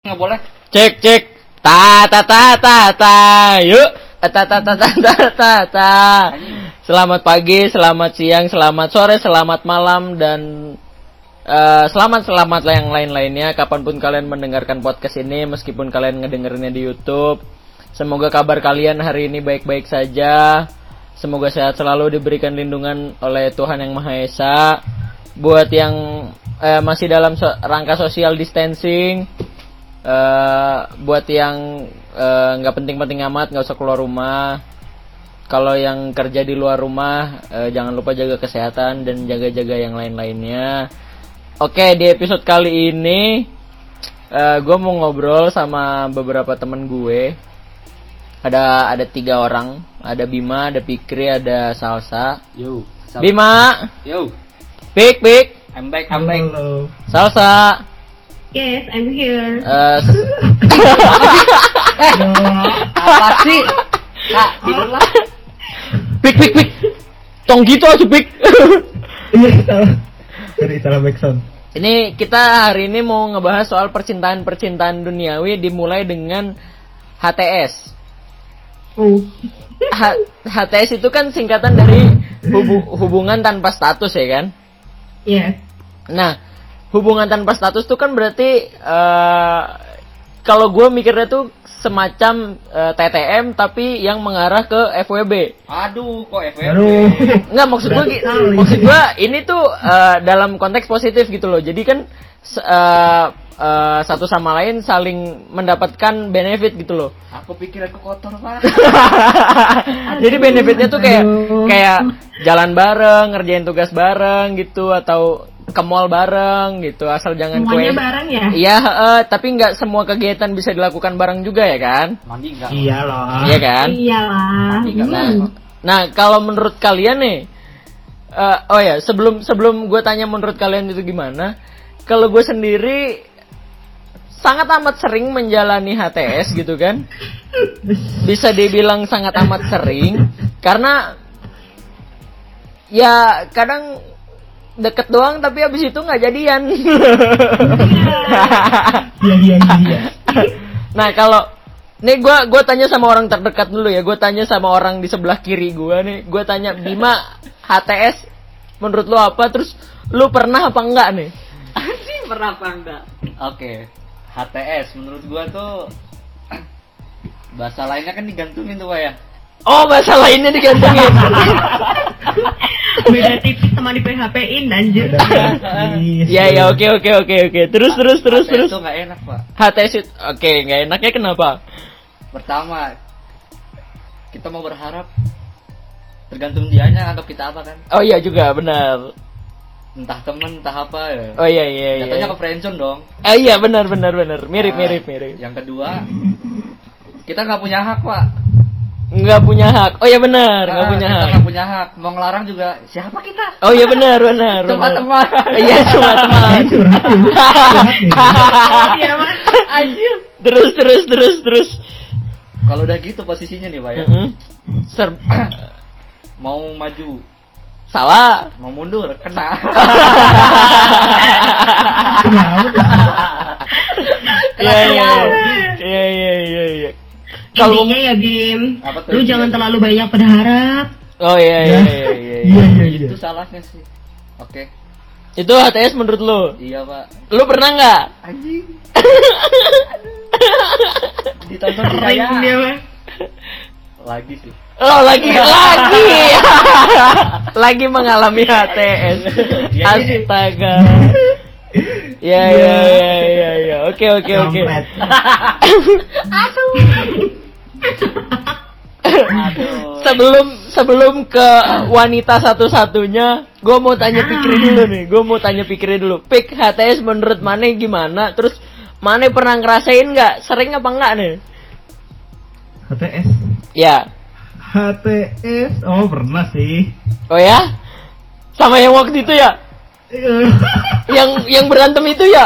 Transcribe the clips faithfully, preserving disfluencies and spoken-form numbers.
Nggak boleh. Cek cek. Ta ta ta ta ta. Yuk. Ta ta ta ta ta ta ta. Selamat pagi, selamat siang, selamat sore, selamat malam dan uh, selamat selamat yang lain-lainnya kapanpun kalian mendengarkan podcast ini, meskipun kalian ngedengerinnya di YouTube. Semoga kabar kalian hari ini baik-baik saja. Semoga sehat selalu, diberikan lindungan oleh Tuhan Yang Maha Esa. Buat yang uh, masih dalam so- rangka social distancing, Uh, buat yang nggak uh, penting-penting amat, nggak usah keluar rumah. Kalau yang kerja di luar rumah, uh, jangan lupa jaga kesehatan dan jaga-jaga yang lain-lainnya. Oke, di episode kali ini uh, gue mau ngobrol sama beberapa temen gue. Ada ada tiga orang, ada Bima, ada Fikri, ada Salsa. Yo. Salsa. Bima. Yo. Pik, Pik. I'm back, I'm back. Halo. Salsa. Yes, I'm here. Uh, eh, apa sih? Kak, tidur lah. Pik, Pik, Pik. Tong gitu aja, Pik. Iya, salah. Sorry, salah backsound. Ini kita hari ini mau ngebahas soal percintaan-percintaan duniawi dimulai dengan H T S. Oh. H- HTS itu kan singkatan dari hubu- hubungan tanpa status ya kan? Yes. Nah, hubungan tanpa status tuh kan berarti uh, kalau gue mikirnya tuh semacam uh, T T M tapi yang mengarah ke F W B. Aduh, kok F W B? Aduh. Nggak, maksud gue maksud gue ini tuh uh, dalam konteks positif gitu loh. Jadi kan uh, uh, satu sama lain saling mendapatkan benefit gitu loh. Aku pikir aku kotor, Pak. Jadi benefitnya tuh kayak kayak jalan bareng, ngerjain tugas bareng gitu, atau ke mall bareng gitu, asal jangan Semuanya kue. bareng ya? Iya, uh, tapi nggak semua kegiatan bisa dilakukan bareng juga ya kan? Mandi enggak? Iya loh. Iya kan? Iyalah. Mandi enggak? Hmm. Nah, kalau menurut kalian nih, uh, oh ya, sebelum sebelum gue tanya menurut kalian itu gimana, kalau gue sendiri sangat amat sering menjalani H T S gitu kan, bisa dibilang sangat amat sering, karena ya kadang deket doang tapi habis itu nggak jadian. Iya, iya, iya. Nah, kalau nih gue gue tanya sama orang terdekat dulu ya, gue tanya sama orang di sebelah kiri gue nih, gue tanya, Bima, H T S menurut lu apa? Terus lu pernah apa enggak nih? Anjing, pernah apa enggak? Oke. H T S menurut gua tuh bahasa lainnya kan digantungin tuh, Pak ya. Oh, bahasa lainnya digantungin. Beda tipis sama di P H P-in anjir. Ya ya, oke oke oke oke. Terus terus terus H T S terus. itu nggak enak, Pak. H T S itu- oke, nggak enaknya kenapa? Pertama, kita mau berharap tergantung dianya atau kita apa kan? Oh iya juga, benar. Entah temen, entah apa ya. Oh iya iya iya. Jatuhnya ke friendzone dong. Eh iya, benar benar benar. Mirip Nah, mirip mirip. Yang kedua, kita nggak punya hak, Pak. Nggak punya hak. Oh iya benar, nggak Nah, punya kita hak. nggak punya hak. Mau ngelarang juga siapa kita? Oh iya benar benar. Cuma benar. teman. Iya, cuma teman. Curhat ya. Curhat ya. Iya, Mas. Anjir. Terus terus terus terus. Kalau udah gitu posisinya nih, Pak ya. Mm-mm. Ser- Mau maju, Salah. mau mundur, kena. Kenapa? Iya iya iya iya iya iya. Kalau Intinya ya, Bim, Apa tuh? lu jangan terlalu banyak berharap. oh iya iya iya iya. Iya, iya. iya, iya. Itu salahnya sih. Oke. Itu H T S menurut lu? Iya, Pak. Lu pernah nggak? Anjing. Ditonton di Sering saya. dia, Mas. Lagi sih. Oh lagi lagi lagi mengalami H T S. Astaga. Ya ya ya ya ya. Oke oke oke. Kampret. Aduh. Sebelum sebelum ke wanita satu-satunya, gue mau tanya Fikri dulu nih. Gue mau tanya Fikri dulu. Pik, H T S menurut Mane gimana? Terus Mane pernah ngerasain nggak? Sering apa enggak nih? H T S. Ya. H T S. Oh, pernah sih. Oh ya? Sama yang waktu itu ya? Yang yang berantem itu ya?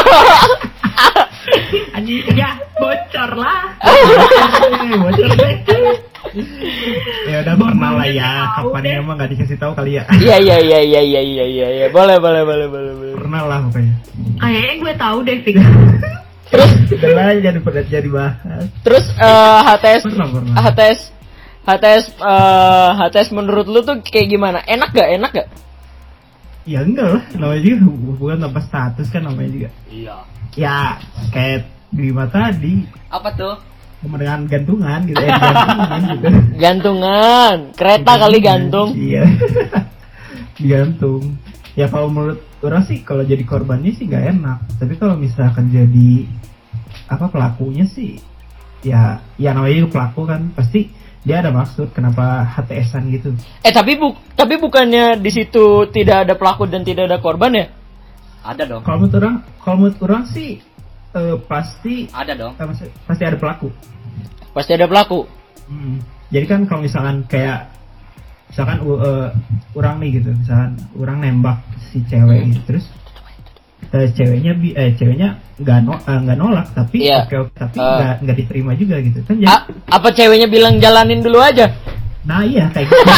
Anjir, ya bocor lah. Eh, bocor deh. Ya udah pernah lah ya. Kapan emang nggak dikasih tahu kali ya. Iya iya iya iya iya iya iya. Boleh boleh boleh boleh boleh. Pernah lah pokoknya. Kayaknya gue tahu deh, Fik. Terus Udah jadi pada jadi bahas. terus eh, H T S Pernah, pernah. H T S H T S eh, H T S menurut lu tuh kayak gimana? Enak gak? Enak gak? Ya enggak lah, namanya juga hubungan tanpa status kan namanya juga. Iya. Ya kayak Bima tadi, Apa tuh? sama dengan gantungan gitu, eh, gantungan gitu. Gantungan, kereta kali gantung. Iya. Digantung. Ya kalau menurut orang sih kalau jadi korbannya sih gak enak. Tapi kalau misalkan jadi apa pelakunya sih, ya ya namanya juga pelaku kan pasti dia ada maksud kenapa H T S-an gitu. Eh tapi bu tapi bukannya di situ tidak ada pelaku dan tidak ada korban ya? Ada dong. Kalau menurut orang, kalau menurut orang sih eh, pasti Ada dong. eh, pasti- pasti ada pelaku. Pasti ada pelaku. Hmm. Jadi kan kalau misalkan kayak misalkan u- eh, orang nih gitu, misalkan orang nembak si cewek gitu, terus eh, ceweknya bi- eh ceweknya nggak no, eh, nggak nolak tapi Iya. oke oke tapi Eh. nggak nggak diterima juga gitu kan jadi A- apa ceweknya bilang jalanin dulu aja? nah iya kayak gitu.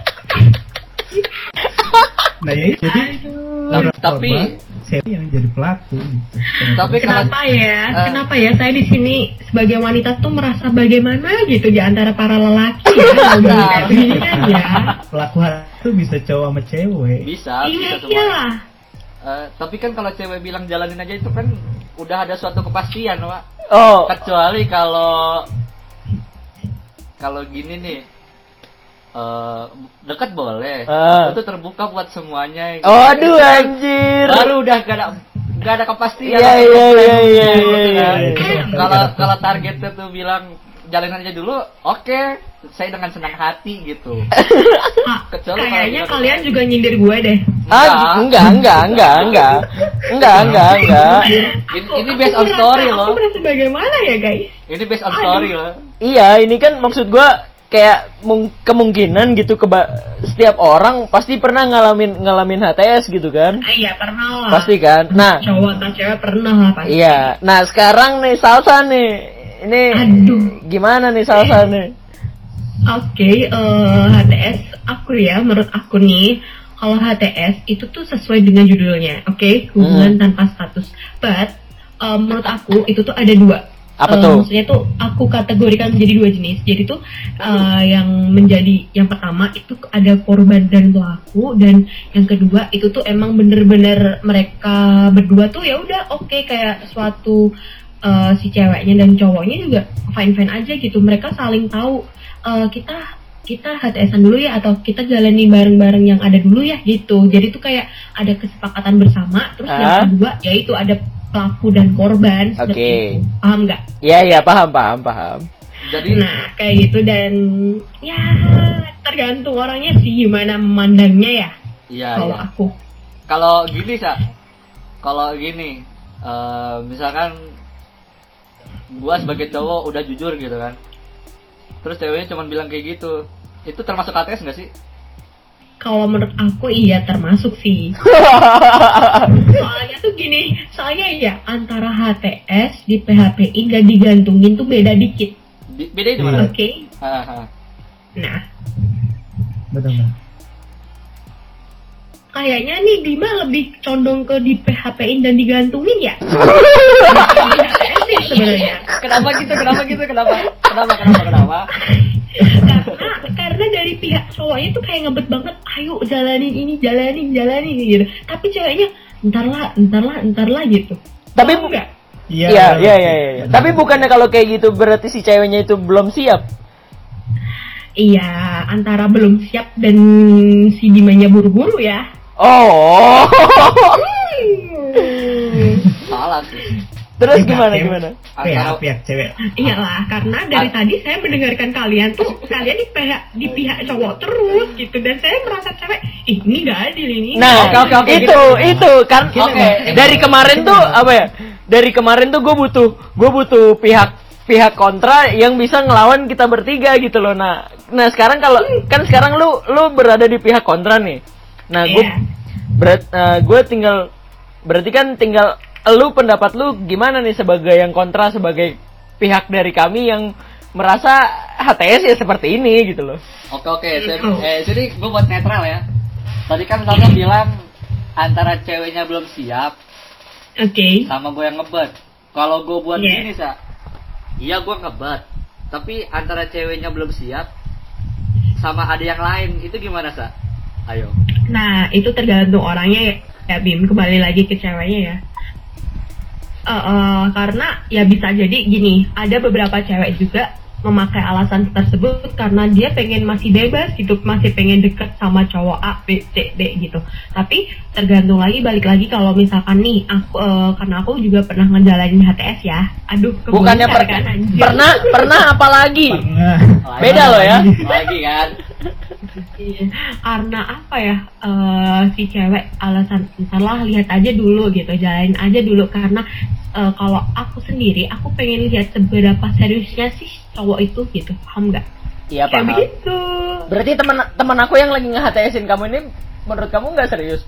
Nah ya itu, jadi orang Tapi- korban, cewek yang jadi pelaku gitu. Tapi kalau Kenapa ya? Eh. Kenapa ya saya di sini sebagai wanita tuh merasa bagaimana gitu di antara para lelaki ya? Ngomong kayak begini kan ya? pelaku itu bisa cowok sama cewek. bisa, bisa Iya, semua. iya. Eh, tapi kan kalau cewek bilang jalanin aja itu kan udah ada suatu kepastian, Pak. Oh, Kecuali kalau kalau gini nih, eh dekat boleh, Ah. itu terbuka buat semuanya. oh aduh anjir. Baru udah gak ada gak ada kepastian. Iya, iya, iya, iya, Gitu iya, kan. iya. Kalau kalau targetnya tuh bilang jalanin aja dulu, oke, saya dengan senang hati gitu. Ah, Kecuali kayaknya kalau- kalian juga nyindir gue deh. Ah, enggak, enggak, enggak, enggak. Enggak, enggak, enggak. Ini, ini based on Aku story merasa- loh. Aku merasa bagaimana ya guys? Ini based on story loh. Iya, ini kan maksud gua kayak mung- kemungkinan gitu keba setiap orang pasti pernah ngalamin ngalamin H T S gitu kan? Ah, iya pernah lah. Pasti kan? Nah, Cowok atau cewek pernah lah pasti. iya. Nah, sekarang nih Salsa nih. Ini Aduh. gimana nih Salsa nih? Oke, eh, H T S aku ya, menurut aku nih, kalau H T S itu tuh sesuai dengan judulnya, oke, hubungan Hmm. tanpa status. But eh, menurut aku itu tuh ada dua. Apa Eh, tuh? Maksudnya tuh aku kategorikan menjadi dua jenis. Jadi tuh eh, yang menjadi yang pertama itu ada korban dan pelaku, dan yang kedua itu tuh emang bener-bener mereka berdua tuh ya udah oke kayak suatu eh, si ceweknya dan cowoknya juga fine-fine aja gitu. Mereka saling tahu eh, kita kita H T S-an dulu ya atau kita jalani bareng-bareng yang ada dulu ya gitu. Jadi tuh kayak ada kesepakatan bersama. Terus Ah. yang kedua yaitu ada pelaku dan korban. seperti Oke. itu. Paham nggak? Iya, iya, paham, paham, paham. Jadi Nah kayak gitu, dan ya tergantung orangnya sih gimana memandangnya ya. iya, Kalau iya. aku. Kalau gini, Sa. Kalau gini, eh, misalkan gua sebagai cowok udah jujur gitu kan. Terus ceweknya cuma bilang kayak gitu. Itu termasuk H T S nggak sih? Kalau menurut aku iya termasuk sih. Soalnya tuh gini, soalnya ya antara H T S di P H P I dan digantungin tuh beda dikit. Bi- Bedanya di Iya. mana? Oke. Haha. Nah, Benar-benar. kayaknya nih Bima lebih condong ke di P H P I dan digantungin ya. H T S sih sebenarnya. Kenapa gitu? Kenapa gitu? Kenapa? Kenapa? Kenapa? Kenapa? Karena karena dari pihak cowoknya tuh kayak ngebet banget, ayo jalanin ini, jalanin, jalanin gitu. Tapi ceweknya entar lah, entar lah, entar lah gitu. Tapi Paham nggak? Iya, iya, iya, iya, iya. Tapi bukannya kalau kayak gitu berarti si ceweknya itu belum siap? Iya, antara belum siap dan si Bimanya buru-buru ya. Oh. Salah sih. Terus Pihak gimana cewek- gimana? Pihak pihak cewek. Iyalah, karena dari tadi saya mendengarkan kalian tuh kalian di pihak di pihak cowok terus gitu, dan saya merasa cewek, ih ini gak adil ini. Nah, Oke, oke, oke, itu gitu. itu kan Oke. dari kemarin tuh apa ya? Dari kemarin tuh gue butuh gue butuh pihak pihak kontra yang bisa ngelawan kita bertiga gitu loh. Nah, nah sekarang kalau kan sekarang lu lu berada di pihak kontra nih. Nah, gue Iya. berat gue tinggal berarti kan tinggal lu pendapat lu gimana nih sebagai yang kontra, sebagai pihak dari kami yang merasa H T S ya seperti ini gitu loh. Oke oke, saya- eh, jadi gue buat netral ya. Tadi kan Salsa bilang antara ceweknya belum siap Oke. sama gue yang ngebet. Kalau gue buat Iya. gini sa, iya gue ngebat, tapi antara ceweknya belum siap, sama ada yang lain, itu gimana sa? Ayo. Nah, itu tergantung orangnya ya, ya Bim. Kembali lagi ke ceweknya ya. Eh, eh, karena ya bisa jadi gini, ada beberapa cewek juga memakai alasan tersebut karena dia pengen masih bebas gitu, masih pengen deket sama cowok A, B, C, D gitu. Tapi tergantung lagi, balik lagi kalau misalkan nih aku eh, karena aku juga pernah ngejalanin H T S ya. Aduh, Bukannya kebongkar per- kan, anjir. pernah pernah apa lagi? Pernah. Beda loh ya. Lagi kan? Iya. Karena apa ya, eh, si cewek alasan salah, lihat aja dulu gitu, jalanin aja dulu. Karena eh, kalau aku sendiri, aku pengen lihat seberapa seriusnya sih cowok itu gitu, paham nggak? Iya Kayak paham. begitu. Berarti teman teman aku yang lagi nge-H T S-in kamu ini menurut kamu nggak serius?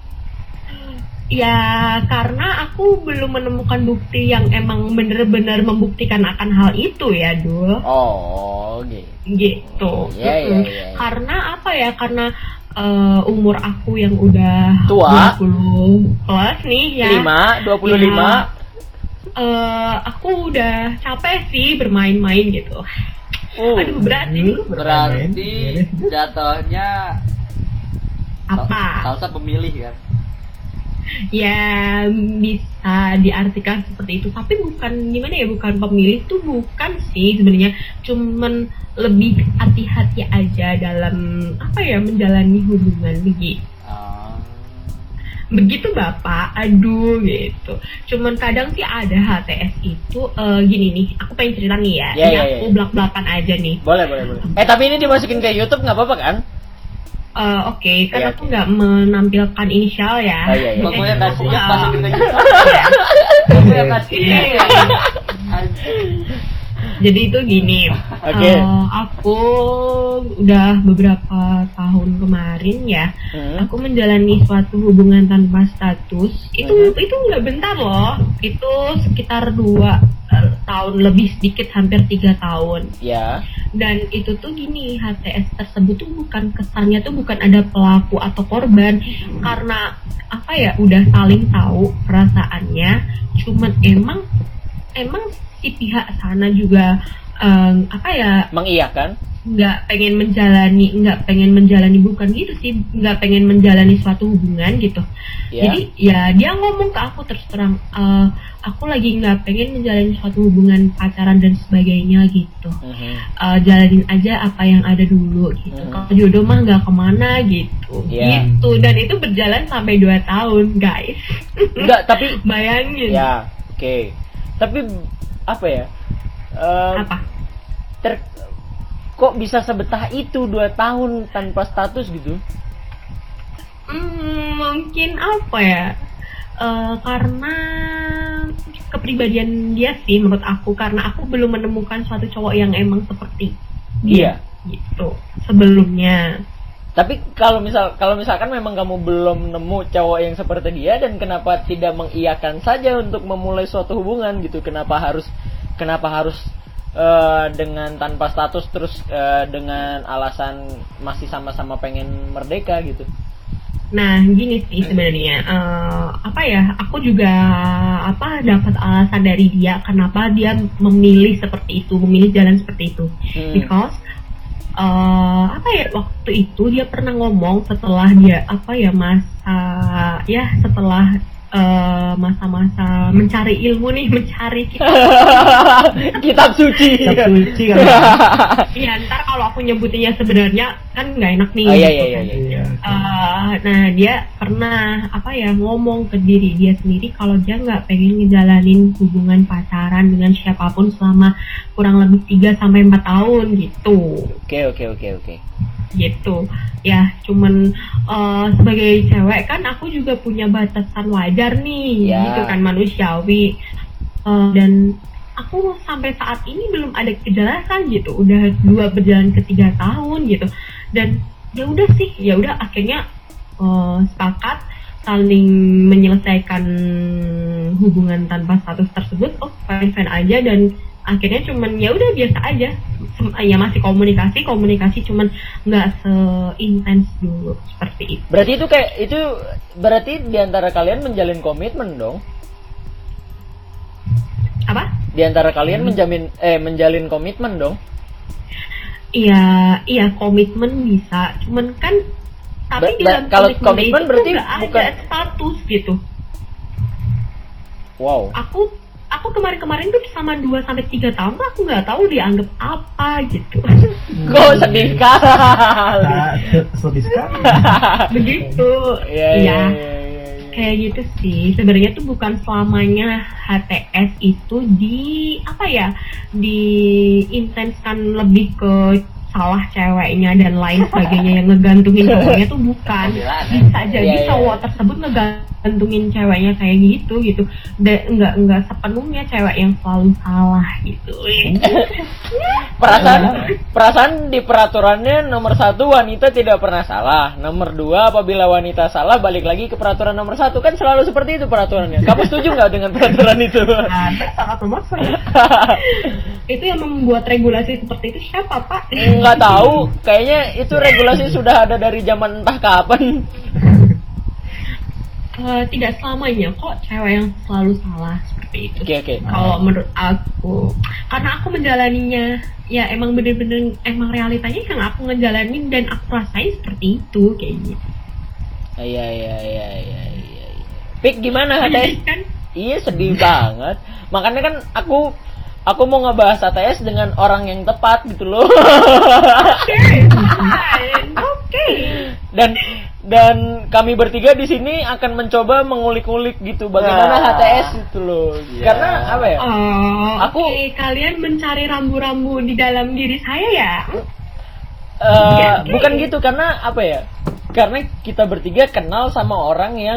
Ya karena aku belum menemukan bukti yang emang bener-bener membuktikan akan hal itu ya, Dul. Oh, gitu. Gitu. Iya, iya, Mm-mm. iya. Karena apa ya? Karena eh, umur aku yang udah Tua. dua puluh plus nih ya. lima, dua puluh lima. eh aku udah capek sih bermain-main gitu. Uh, Aduh berat ini. Berarti jatuhnya Apa? Salsa pemilih kan? Ya bisa diartikan seperti itu. Tapi bukan gimana ya, bukan pemilih tuh bukan sih sebenarnya. Cuman lebih hati-hati aja dalam apa ya, menjalani hubungan begitu. Ah. Begitu Bapak, aduh gitu. Cuman kadang sih ada H T S itu eh, gini nih, aku pengen cerita nih ya. Ya, Ini ya, aku ya. belak-belakan aja nih. boleh, boleh, boleh. Eh, tapi ini dimasukin ke YouTube nggak apa-apa kan? Eh, Oke, kan Iya, aku oke. nggak menampilkan inisial ya. Oh, iya, iya. Pokoknya Eh, nggak aku siap nggak- masukin ke YouTube. Pokoknya nggak siap. Iya. Jadi itu gini, Oke. eh, aku udah beberapa tahun kemarin ya, Hmm. aku menjalani suatu hubungan tanpa status. Itu Mhm. itu nggak bentar loh, itu sekitar dua eh, tahun lebih sedikit, hampir tiga tahun. Ya. Dan itu tuh gini, H T S tersebut tuh bukan, kesannya tuh bukan ada pelaku atau korban, karena apa ya, udah saling tahu perasaannya. Cuman emang emang si pihak sana juga em, apa ya, Mengiyakan. nggak pengen menjalani nggak pengen menjalani bukan gitu sih, nggak pengen menjalani suatu hubungan gitu. Ya. Jadi ya dia ngomong ke aku terus terang, "Eh, aku lagi nggak pengen menjalani suatu hubungan pacaran dan sebagainya gitu. Mhm. Eh, jalanin aja apa yang ada dulu gitu. Hmm. Kalau jodoh mah nggak kemana gitu." Iya. Gitu, dan itu berjalan sampai dua tahun guys. Enggak, tapi Bayangin. ya, oke. Tapi apa ya? Eh, Apa? ter- kok bisa sebetah itu dua tahun tanpa status gitu? Hmm, mungkin apa ya? Eh, karena kepribadian dia sih menurut aku, karena aku belum menemukan suatu cowok yang emang seperti dia gitu sebelumnya. Tapi kalau misal kalau misalkan memang kamu belum nemu cowok yang seperti dia, dan kenapa tidak mengiyakan saja untuk memulai suatu hubungan gitu? Kenapa harus kenapa harus eh, dengan tanpa status, terus eh, dengan alasan masih sama-sama pengen merdeka gitu? Nah, gini sih sebenarnya, eh, apa ya? Aku juga apa dapat alasan dari dia kenapa dia memilih seperti itu, memilih jalan seperti itu. Hmm. Because eh, apa ya, waktu itu dia pernah ngomong setelah dia apa ya, masa ya setelah eh, masa-masa mencari ilmu nih, mencari Kitab suci. Kitab suci kan. ya ntar kalau aku nyebutinnya sebenarnya kan nggak enak nih. Oh, iya, gitu iya, kan. iya, Iya. Eh, nah dia pernah apa ya, ngomong ke diri dia sendiri kalau dia nggak pengen ngejalanin hubungan pacaran dengan siapapun selama kurang lebih tiga sampai empat tahun gitu. Oke, oke, oke, oke. Gitu ya. Cuman eh, sebagai cewek kan aku juga punya batasan wajar nih, Ya. gitu kan, manusiawi. Eh, dan aku sampai saat ini belum ada kejelasan gitu, udah dua berjalan ke tiga tahun gitu. Dan ya udah sih, ya udah akhirnya eh, sepakat saling menyelesaikan hubungan tanpa status tersebut. Oh, fine fine aja, dan akhirnya cuman ya udah biasa aja. Sem- ya masih komunikasi komunikasi cuman nggak seintens dulu seperti itu. Berarti itu kayak itu berarti diantara kalian menjalin komitmen dong? Apa? Di antara kalian menjamin eh menjalin komitmen dong. Iya, iya komitmen bisa, cuman kan tapi Ba- di ba- dalam kalau komitmen, komitmen itu berarti nggak bukan- ada status gitu. Wow. Aku aku kemarin-kemarin tuh sama dua sampai tiga tahun tuh aku nggak tahu dianggap apa gitu. Kok sedih kali. Nah, sedih sekali. Begitu. Iya, iya, iya, iya, iya. Kayak gitu sih. Sebenarnya tuh bukan selamanya H T S itu di apa ya? Diintenskan lebih ke salah ceweknya dan lain sebagainya yang ngegantungin cowoknya tuh bukan. Bisa jadi Iya, iya. cowok tersebut ngegantungin ceweknya kayak gitu gitu. Dan enggak enggak sepenuhnya cewek yang selalu salah gitu. Perasaan perasaan di peraturannya nomor satu wanita tidak pernah salah. Nomor dua apabila wanita salah balik lagi ke peraturan nomor satu, kan selalu seperti itu peraturannya. Kamu setuju nggak dengan peraturan itu? Anda sangat memaksa. Itu yang membuat regulasi seperti itu siapa, Pak? Nggak tahu. Kayaknya itu regulasi sudah ada dari zaman entah kapan. Eh, tidak selamanya kok cewek yang selalu salah seperti itu. Oke oke. Kalau menurut aku, karena aku menjalaninya, ya emang bener-bener emang realitanya yang aku ngejalanin dan aku rasain seperti itu kayak gitu. Iya iya iya iya iya. Pik gimana H T S? Kan? Iya sedih banget. Makanya kan aku aku mau ngebahas H T S dengan orang yang tepat gitu loh. Oke, fine, oke. dan dan kami bertiga di sini akan mencoba mengulik-ulik gitu bagaimana Nah. H T S itu loh. Iya. Karena apa ya? Oh, Aku- oke. Kalian mencari rambu-rambu di dalam diri saya ya? Eh, Iya, oke. bukan gitu, karena apa ya? Karena kita bertiga kenal sama orang yang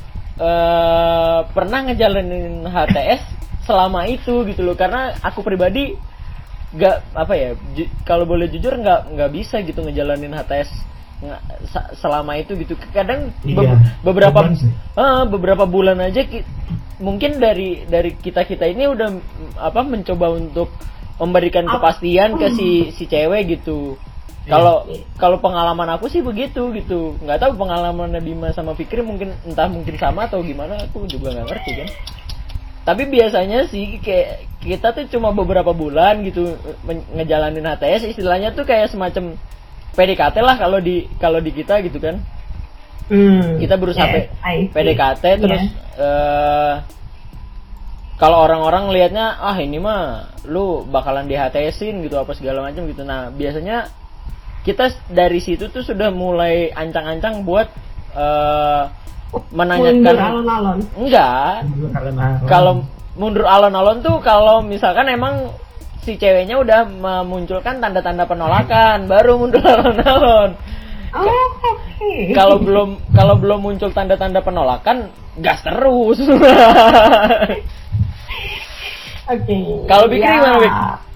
eh pernah ngejalanin H T S selama itu gitu loh. Karena aku pribadi nggak apa ya, ju- kalau boleh jujur nggak nggak bisa gitu ngejalanin H T S nggak- sa- selama itu gitu. Kadang be- Iya, beberapa beban sih. eh, beberapa bulan aja ki- mungkin dari dari kita kita ini udah mm, apa mencoba untuk memberikan kepastian ke si si cewek gitu. Kalau kalau pengalaman aku sih begitu gitu. Nggak tahu pengalamannya Bima sama Fikri mungkin entah mungkin sama atau gimana, aku juga nggak ngerti kan. Tapi biasanya sih kayak kita tuh cuma beberapa bulan gitu men- ngejalanin H T S, istilahnya tuh kayak semacam P D K T lah kalau di kalau di kita gitu kan. Hmm. Kita berusaha Yes, I see. P D K T terus eh kalau orang-orang lihatnya ah ini mah lu bakalan di H T S-in gitu apa segala macam gitu. Nah, biasanya kita dari situ tuh sudah mulai ancang-ancang buat eh menanyakan Mundur alon-alon. enggak. Karena Kalau mundur alon-alon tuh kalau misalkan emang si ceweknya udah memunculkan tanda-tanda penolakan, baru mundur alon-alon. Oh, oke. Kalau belum kalau belum muncul tanda-tanda penolakan, gas terus. Oke. Kalau Fikri gimana, Fik?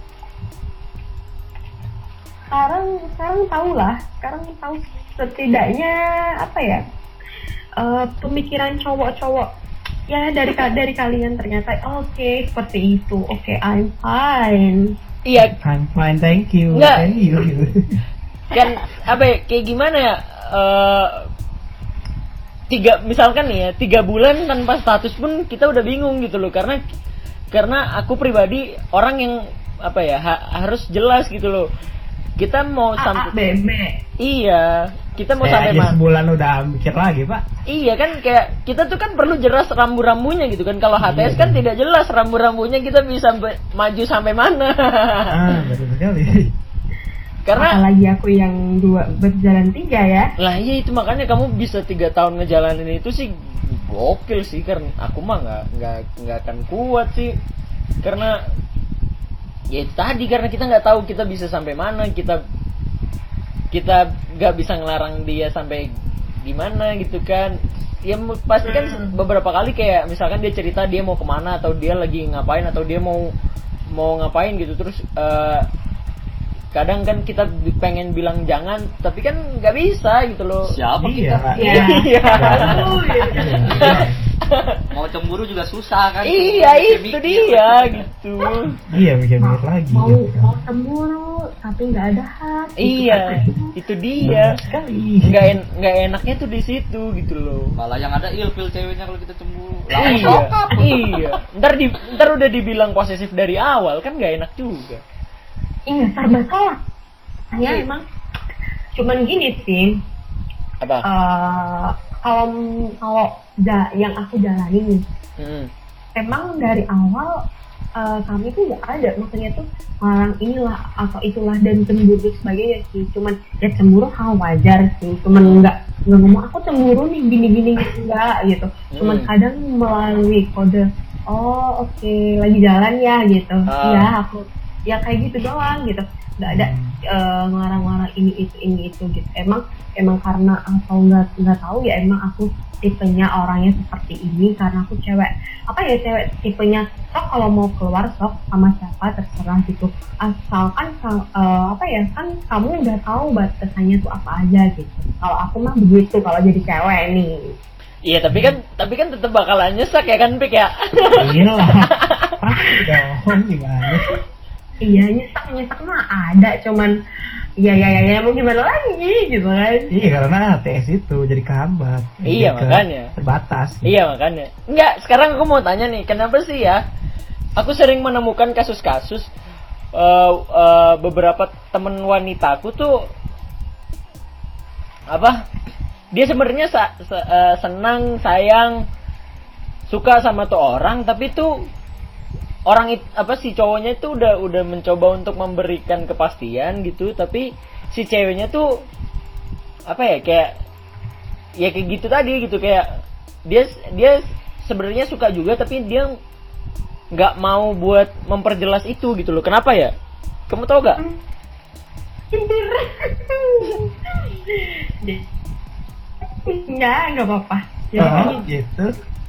Sekarang sekarang tahu lah. Sekarang tahu setidaknya apa ya? Eh, pemikiran cowok-cowok ya dari ka- dari kalian ternyata oke seperti itu. Oke, I'm fine. Iya, I'm fine, thank you. Nggak. Thank you. Gitu. kan apa ya, kayak gimana ya? Eh tiga misalkan nih ya, tiga bulan tanpa status pun kita udah bingung gitu loh, karena karena aku pribadi orang yang apa ya ha- harus jelas gitu loh. Kita mau A A sampai B B. iya, kita mau Saya sampai aja mana? sebulan udah mikir lagi, Pak. Iya kan, kayak kita tuh kan perlu jelas rambu-rambunya gitu kan. Kalau H T S kan tidak jelas rambu-rambunya, kita bisa sampai maju sampai mana. Ah, betul sekali. Karena Apalagi aku yang dua berjalan tiga ya. lah iya itu makanya kamu bisa tiga tahun ngejalanin itu sih gokil sih. Karena aku mah nggak nggak nggak akan kuat sih, karena ya itu tadi, karena kita nggak tahu kita bisa sampai mana, kita kita nggak bisa ngelarang dia sampai gimana gitu kan. Ya mu- pasti kan beberapa kali kayak misalkan dia cerita dia mau kemana atau dia lagi ngapain atau dia mau mau ngapain gitu, terus eh, kadang kan kita bi- pengen bilang jangan tapi kan nggak bisa gitu loh. Siapa Iya. kita? Iya. Iya. Aduh, ya. Mau cemburu juga susah kan. Iya Masih itu mikir. dia gitu. Iya mikir-mikir lagi. mau gitu kan. mau cemburu tapi nggak ada hak gitu Iya, kan. itu dia. Sekali. Nggak en nggak enaknya tuh di situ gitu loh. Malah yang ada ilfil ceweknya kalau kita cemburu. Lah, Iya, sokap. iya. Ntar di, ntar udah dibilang posesif dari awal kan nggak enak juga. Iya serba salah saya emang cuman gini sih Apa? eh, kalau kalau ja- yang aku jalanin nih Hmm. emang dari awal eh, kami tuh nggak ada maksudnya tuh orang inilah atau itulah dan cemburu sebagainya sih cuman ya cemburu hal wajar sih cuman nggak nggak ngomong aku cemburu nih gini-gini enggak gitu cuman Hmm. kadang melalui kode oh oke lagi jalan ya gitu Ah. iya aku ya kayak gitu doang gitu nggak ada eh, ngarang-ngarang ini itu ini itu gitu emang emang karena atau nggak nggak tahu ya emang aku tipenya orangnya seperti ini karena aku cewek apa ya cewek tipenya sok kalau mau keluar sok sama siapa terserah gitu asalkan eh, apa ya kan kamu udah tahu batasannya tuh apa aja gitu kalau aku mah begitu kalau jadi cewek nih Iya tapi kan tapi kan tetap bakalan nyesek ya kan Pik ya. Iya lah. Pasti dong gimana sih? iya nyesek nyesek mah ada cuman ya ya ya, ya mau gimana lagi gitu kan Iya karena T S itu jadi kehambat. Iya, Jadi ke- makanya. Terbatas. Iya makanya. Enggak, sekarang aku mau tanya nih, kenapa sih ya? Aku sering menemukan kasus-kasus uh, uh, beberapa teman wanitaku tuh apa? Dia sebenarnya sa- sa- uh, senang, sayang, suka sama tuh orang, tapi tuh orang it, apa si cowoknya itu udah udah mencoba untuk memberikan kepastian gitu, tapi si ceweknya tuh apa ya kayak ya kayak gitu tadi gitu kayak dia dia sebenarnya suka juga tapi dia nggak mau buat memperjelas itu gitu loh. Kenapa ya? Kamu tahu gak? Tidur. Enggak, enggak apa-apa. Jadi, Oh gitu.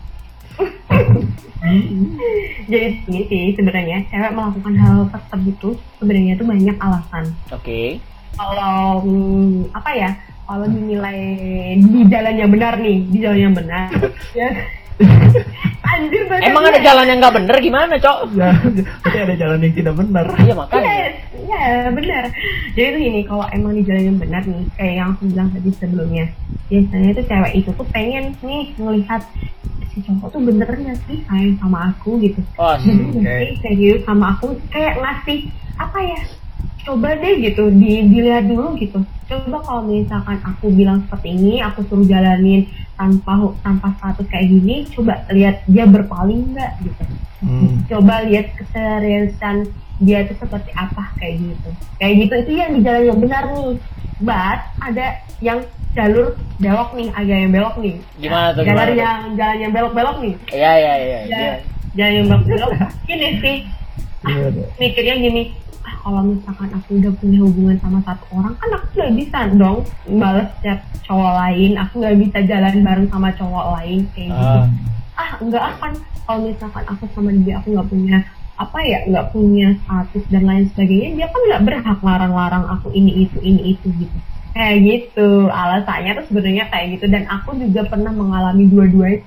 jadi ini sih sebenarnya cewek melakukan hal tersebut tuh sebenarnya tuh banyak alasan. Oke. Kalau hmm, apa ya? Kalau dinilai di jalan yang benar nih, di jalan yang benar. Ya. Anjir banget. Emang ada jalan yang nggak bener gimana, Cok? Ya, berarti ada jalan yang tidak benar. Iya makanya. Yes, ya benar. Jadi tuh gini, kalau emang di jalan yang benar nih, kayak yang aku bilang tadi sebelumnya, biasanya tuh cewek itu tuh pengen nih ngelihat si cowok tuh bener nggak sih sayang sama aku gitu, Oh, bener nggak oke. sih serius sama aku, kayak ngasih apa ya? Coba deh gitu, di, dilihat dulu gitu. Coba kalau misalkan aku bilang seperti ini, aku suruh jalanin tanpa tanpa status kayak gini, coba lihat dia berpaling nggak gitu. Hmm. Coba lihat keseriusan dia itu seperti apa kayak gitu. Kayak gitu itu yang di jalan yang benar nih. But ada yang jalur belok nih, agak yang belok nih. Gimana tuh, Jalan gimana tuh? yang jalan yang belok-belok nih. Iya iya iya. iya. Jalan, jalan yang belok-belok. Gini sih, Iya, iya. mikirnya gini. Ah, kalau misalkan aku udah punya hubungan sama satu orang kan aku nggak bisa dong balas chat cowok lain, aku nggak bisa jalan bareng sama cowok lain kayak gitu. Ah. Ah enggak akan kalau misalkan aku sama dia aku nggak punya apa ya nggak punya status dan lain sebagainya, dia kan nggak berhak larang-larang aku ini itu ini itu gitu. Kayak gitu alasannya tuh sebenarnya kayak gitu, dan aku juga pernah mengalami dua-duanya.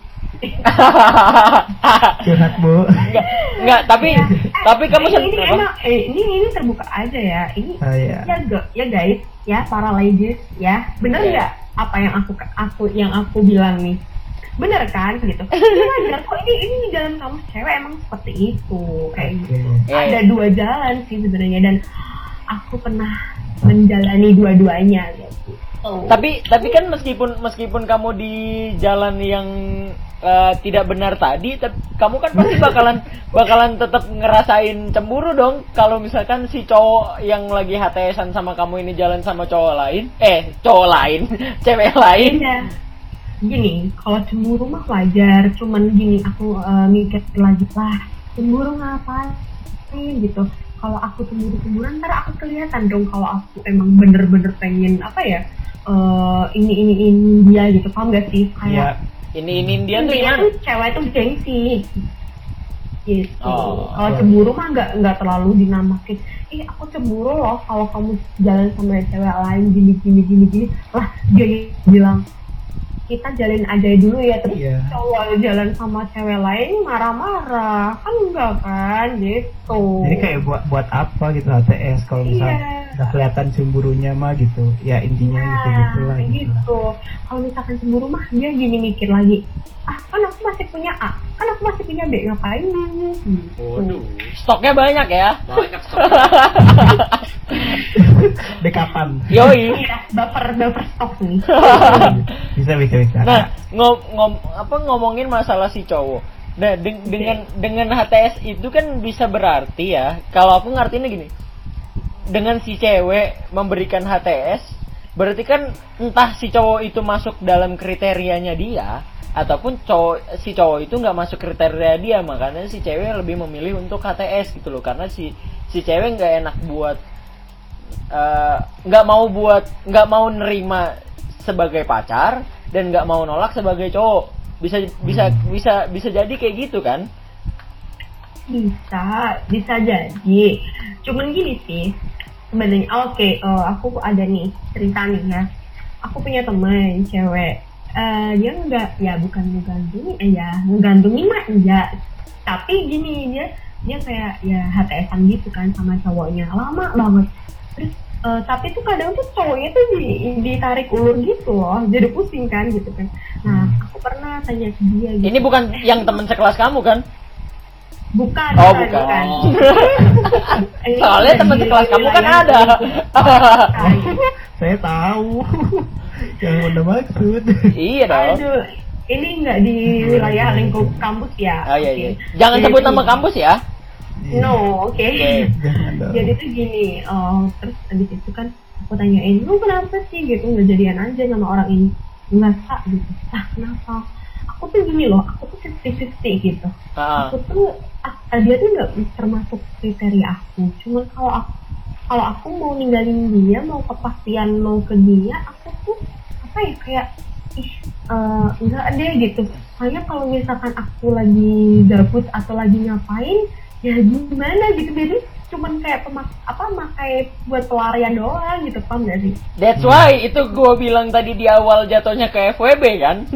Curhat bu. Enggak, enggak, tapi tapi kamu ini, sen- ini, apa? emang, eh, ini ini terbuka aja ya. Ini Ah, iya. ya ga- ya guys, ya para ladies ya. Bener Iya. nggak apa yang aku aku yang aku bilang nih? Bener kan gitu. Ini wajar kok, ini ini di dalam kamu cewek emang seperti itu kayak gitu. Oke. Iya, Ada iya. dua jalan sih sebenarnya, dan aku pernah menjalani dua-duanya gitu. Tapi tapi kan meskipun meskipun kamu di jalan yang eh, tidak benar tadi, tep- kamu kan pasti bakalan bakalan tetap ngerasain cemburu dong kalau misalkan si cowok yang lagi H T S-an sama kamu ini jalan sama cowok lain, eh cowok lain, cewek lain. Iya. Gini, kalau cemburu mah wajar, cuman gini aku eh, mikir lagi lah, cemburu ngapain gitu. Kalau aku cemburu-cemburuan ntar aku kelihatan dong kalau aku emang bener-bener pengen apa ya, eh, ini ini ini dia gitu, paham gak sih? Iya. Kayak Ini ini dia tuh intinya gimana? tuh cewek tuh gengsi gitu. Oh, Kalau iya. cemburu mah nggak nggak terlalu dinamakin. Ih aku cemburu loh kalau kamu jalan sama cewek lain gini gini gini gini. Lah dia bilang kita jalin aja dulu ya, terus Iya. cowok jalan sama cewek lain marah-marah kan enggak kan gitu. Jadi kayak buat buat apa gitu H T S kalau misalnya Iya. udah kelihatan cemburunya mah gitu. Ya intinya gitu gitulah Nah, gitu. gitu. Kalau misalkan cemburu mah dia gini mikir lagi. Ah, kan aku masih punya A, kan aku masih punya B, ngapain? Gitu. Waduh, Stoknya banyak ya. banyak stok. Dekapan. Yoi. Iya, baper baper stok nih. Bisa bisa bisa. Nah, ngom, ngom, apa ngomongin masalah si cowok. Nah, de- dengan dengan H T S itu kan bisa berarti ya. Kalau aku ngartinya gini. Dengan si cewek memberikan H T S, berarti kan entah si cowok itu masuk dalam kriterianya dia ataupun cowok si cowok itu nggak masuk kriteria dia, makanya si cewek lebih memilih untuk H T S gitu loh, karena si si cewek nggak enak buat eh, nggak uh, mau buat nggak mau nerima sebagai pacar dan nggak mau nolak sebagai cowok. Bisa bisa bisa bisa jadi kayak gitu kan? Bisa, bisa jadi. Cuman gini sih, sebenarnya oke, okay, uh, aku ada nih cerita nih ya. Aku punya temen cewek. Uh, dia enggak, ya bukan menggantungin, eh, ya menggantungin mah enggak. Tapi gini dia, dia kayak ya H T S-an gitu kan sama cowoknya, lama banget. Terus uh, tapi tuh kadang tuh cowoknya tuh di, ditarik ulur gitu loh, jadi pusing kan gitu kan. Nah aku pernah tanya ke dia gitu. Ini bukan yang teman sekelas kamu kan? Bukan, Oh, bukan, bukan. Ini Soalnya udah teman di sekelas kamu kan wilayah ada. Bukan. Saya tahu yang udah maksud. Iya dong. Aduh, ini nggak di wilayah lingkup kampus ya? Oh iya Oke. iya. Jangan Jadi sebut tuh nama gini. kampus ya. No, oke. Oke. Jangan dong. Jadi tuh gini, oh, terus habis itu kan aku tanyain, lu kenapa sih gitu nggak jadian aja sama orang ini? Nggak sah gitu. Ah kenapa? Aku tuh gini loh, aku tuh fifty-fifty gitu. Ah. Aku tuh, ah, dia tuh nggak termasuk kriteria aku. Cuman kalau aku kalau aku mau ninggalin dia, mau kepastian mau ke dia, aku tuh apa ya kayak ih uh, enggak deh gitu. Soalnya kalau misalkan aku lagi gabut atau lagi ngapain, ya gimana gitu. Jadi cuman kayak pemak apa makai buat pelarian doang gitu, paham gak sih? That's why itu gue bilang tadi di awal jatuhnya ke F W B kan.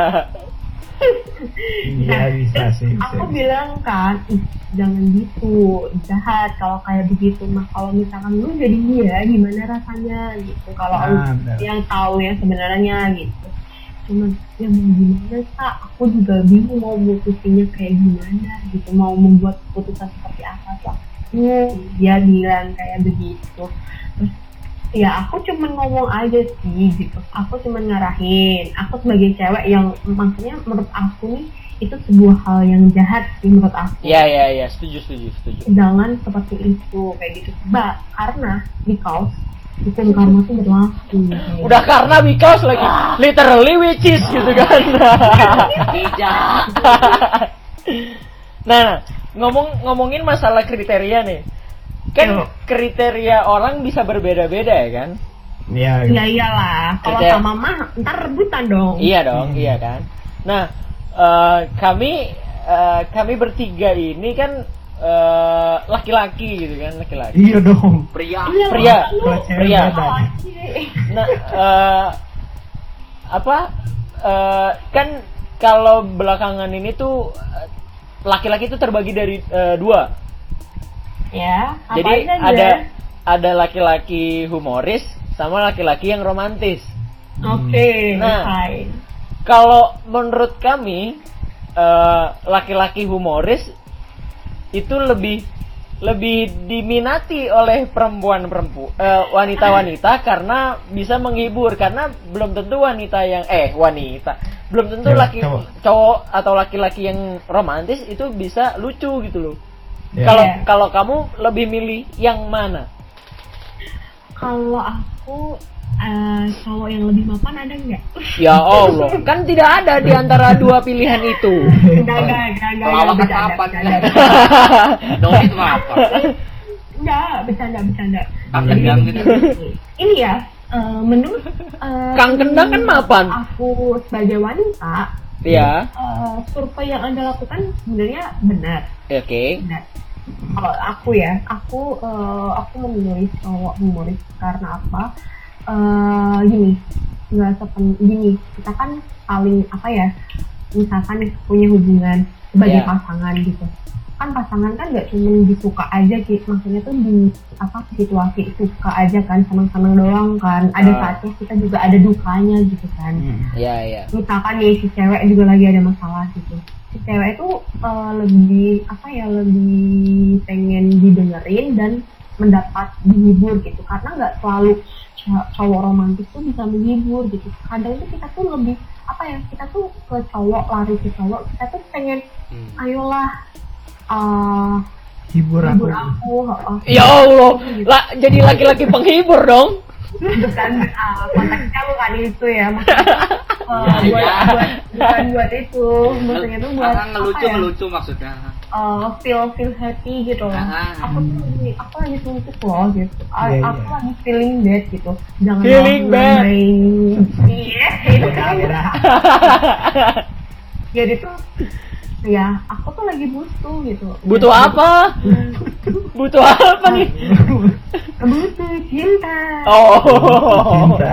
Iya bisa sih. Bisa, Aku bisa. bilang kan, ih jangan gitu, jahat kalau kayak begitu mah. Kalau misalkan lu jadi dia, gimana rasanya gitu? Kalau Ah, lu benar. yang tahu yang sebenarnya gitu. Cuman ya mau gimana Kak? Aku juga bingung mau mutusinnya kayak gimana gitu, mau membuat keputusan seperti apa sih? Hmm, dia bilang kayak begitu. Terus ya aku cuman ngomong aja sih gitu. Aku cuman ngarahin. Aku sebagai cewek yang maksudnya menurut aku nih itu sebuah hal yang jahat sih menurut aku. Iya iya iya, setuju setuju setuju. Jangan seperti itu kayak gitu. Mbak, karena because hukum karma tuh berlaku. kayak Udah karena because lagi literally which is gitu kan. Bijak. Nah, ngomong ngomongin masalah kriteria nih. Kan Yo. kriteria orang bisa berbeda-beda ya kan? Iya. Ya iyalah, kalau Kriteria- sama mah ntar rebutan dong. Iya dong, Hmm. iya kan. Nah, eh, kami eh, kami bertiga ini kan eh, laki-laki gitu kan, laki-laki. Iya dong. Pria. Iya, Pria. lu- Kalau cewek Pria. beda. Nah, eh, apa? eh, kan kalau belakangan ini tuh eh, laki-laki itu terbagi dari eh, dua. Ya, apa Jadi aja ada dia? ada laki-laki humoris sama laki-laki yang romantis. Oke, Nah. fine. Kalau menurut kami eh, laki-laki humoris itu lebih lebih diminati oleh perempuan-perempuan eh, wanita-wanita karena bisa menghibur, karena belum tentu wanita yang eh wanita belum tentu Cewek, laki cowok. cowok atau laki-laki yang romantis itu bisa lucu gitu loh. Ya. Kalau Iya. kalau kamu lebih milih yang mana? Kalau aku eh, cowok yang lebih mapan ada nggak? Ya Allah, kan tidak ada di antara dua pilihan itu. Enggak, enggak, enggak, enggak, Lawak bercanda, apa? bercanda. Doi itu apa? Enggak, bercanda, bercanda. Kang Jadi Kendang gitu. Ini ya, eh, menurut eh, Kang Kendang kan mapan. Aku sebagai wanita, Ya, eh, survei yang Anda lakukan sebenarnya benar. oke. Benar. Kalau aku ya, aku eh, aku memilih cowok humoris karena apa? Eh, gini, nggak sepen gini, kita kan saling apa ya, misalkan nih punya hubungan sebagai Yeah. pasangan gitu kan, pasangan kan nggak cuma disuka aja gitu, maksudnya tuh di apa situasi suka aja kan, senang-senang doang kan, ada Ah. saatnya kita juga ada dukanya gitu kan. Iya, iya. Misalkan nih si cewek juga lagi ada masalah gitu, si cewek itu uh, lebih apa ya, lebih pengen didengerin dan mendapat dihibur gitu, karena nggak selalu cow- cowok romantis tuh bisa menghibur gitu. Kadang tuh kita tuh lebih apa ya, kita tuh ke cowok, lari ke cowok, kita tuh pengen ayolah uh, Hibur aku. hibur aku, heeh. Ya Allah, lah jadi laki-laki penghibur dong. Bukan uh, konteksnya bukan itu ya, maksudnya uh, Ya, buat, ya. buat bukan buat itu, maksudnya tuh buat Ah, ngelucu apa ya, ngelucu maksudnya. uh, feel feel happy gitu loh. Ah. Aku tuh lagi, aku lagi suntuk loh gitu. A- Iya, aku iya. lagi feeling bad gitu. Jangan Feeling malah bad. main- Iya, itu kan. Beda. Jadi tuh ya aku tuh lagi butuh gitu. Butuh apa? Butuh apa nih? Butuh cinta. Oh. Cinta.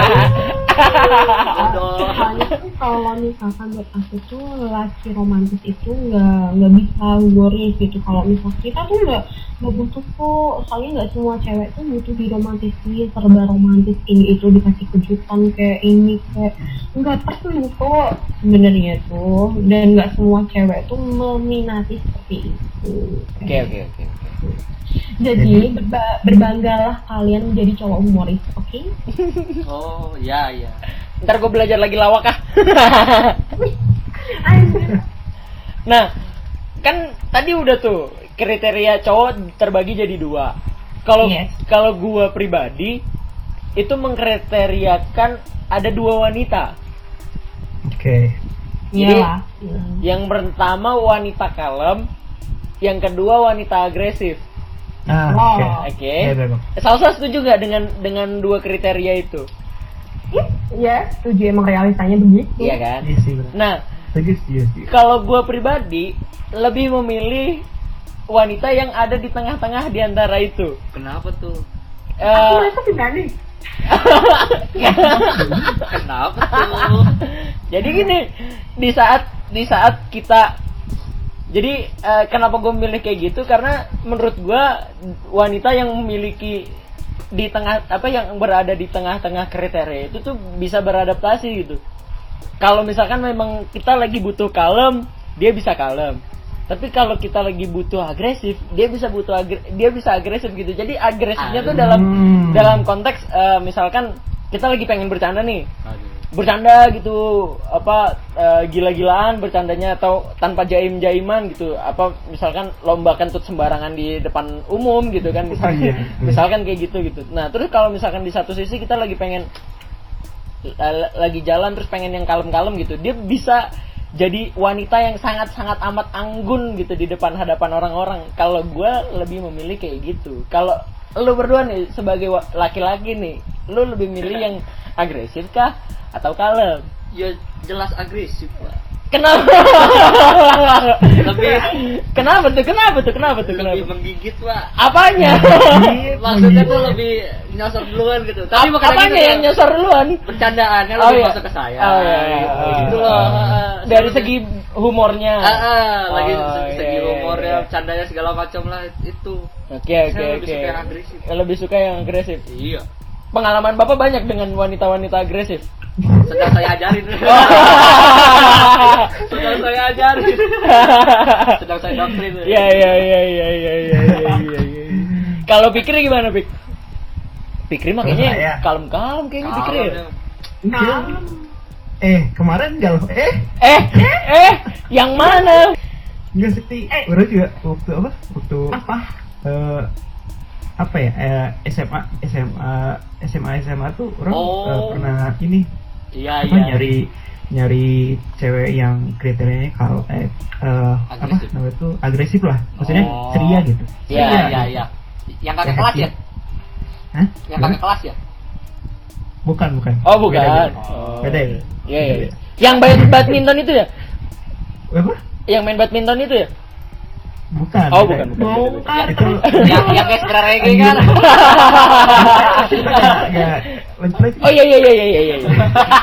Aduh. Soalnya tuh kalau misalkan buat aku tuh laki romantis itu nggak nggak bisa worry gitu. Kalau misalkan kita tuh nggak nggak butuh kok, soalnya nggak semua cewek tuh butuh diromantisin, serba romantis ini itu, dikasih kejutan kayak ini kayak nggak perlu kok sebenarnya tuh, dan nggak semua cewek tuh meminati seperti itu. Oke, oke, oke. oke. Jadi berba- berbanggalah kalian menjadi cowok humoris, oke? Oh, iya iya. Ntar gue belajar lagi lawak ah. Anjir. Nah, kan tadi udah tuh kriteria cowok terbagi jadi dua. Kalau Yes. kalau gua pribadi itu mengkriteriakan ada dua wanita. Oke. Iyalah. Yang pertama wanita kalem, yang kedua wanita agresif. Ah, Wow. oke. Oke. Ya, udah, Bang. Salsa setuju gak dengan dengan dua kriteria itu? Ya, setuju, emang realitanya begitu. Iya kan? Iya sih, bener. Nah, Setuju, setuju, setuju. kalau gua pribadi lebih memilih wanita yang ada di tengah-tengah di antara itu. Kenapa tuh? Aku Eh, merasa pribadi. Kenapa tuh? Jadi gini, di saat di saat kita jadi eh, kenapa gue milih kayak gitu, karena menurut gue wanita yang memiliki di tengah apa yang berada di tengah-tengah kriteria itu tuh bisa beradaptasi gitu. Kalau misalkan memang kita lagi butuh kalem, dia bisa kalem. Tapi kalau kita lagi butuh agresif, dia bisa butuh agre- dia bisa agresif gitu. Jadi agresifnya tuh dalam Hmm. dalam konteks eh, misalkan kita lagi pengen bercanda nih, Aduh. bercanda gitu, apa eh, gila-gilaan bercandanya, atau tanpa jaim-jaiman gitu, apa misalkan lomba kentut sembarangan di depan umum gitu kan, misalkan Iya. misalkan kayak gitu gitu. Nah terus kalau misalkan di satu sisi kita lagi pengen l- lagi jalan terus pengen yang kalem-kalem gitu, dia bisa jadi wanita yang sangat-sangat amat anggun gitu di depan hadapan orang-orang. Kalau gue lebih memilih kayak gitu. Kalau lu berdua nih sebagai wa- laki-laki nih, lu lebih milih yang agresif kah atau kalem? Ya jelas agresif, Pak. Kenapa? Lebih Kenapa tuh? Kenapa tuh? Kenapa tuh? Kenapa? lebih menggigit, Pak. Apanya? Maksudnya tuh lebih nyosor duluan gitu. Tapi bukan Apanya gitu, yang nyosor duluan? bercandaannya Oh, lebih iya. masuk ke saya. Oh, iya, iya. gitu. Oh. Gitu loh. Dari segi humornya. Ah, ah, lagi Oh, se- segi iya, iya, humornya, iya. candanya segala macam lah itu. Oke, oke, Saya lebih oke. suka yang agresif. Lebih suka yang agresif. Iya. Pengalaman Bapak banyak dengan wanita-wanita agresif. Sedang saya ajarin. Sedang saya ajarin. Sedang saya doktrin. Iya, iya, iya, iya, iya, iya, iya, iya, iya. Kalau Pikri gimana, Pik? Pikri mah Kalau kayaknya saya- kalem-kalem kayaknya Pikri. ya? Kira- Eh, kemarin galau. Eh, Eh, eh, yang mana? enggak sih. Eh. Orang juga waktu apa? Waktu Apa? eh, apa ya? Eh, S M A, S M A, S M A, S M A tuh orang Oh. eh, pernah ini Iya, apa iya. nyari nyari cewek yang kriterianya kalau eh, eh, apa Agresif. namanya tuh agresif lah, maksudnya Oh. ceria gitu. Iya, Ceria iya, gitu. iya. Yang kakak kelas ya? Hah? Yang Gimana? kakak kelas ya? Bukan, bukan. Oh, bukan. Beda, beda. Oh. Beda ya? Iya, iya. Beda. Yang main badminton itu ya? Apa? Yang main badminton itu ya? Bukan. Oh, beda. bukan, bukan. Bongkar Itu Yang yang kayak segera reggae kan? Enggak, enggak. lanjut lagi. Oh iya iya iya iya iya. iya.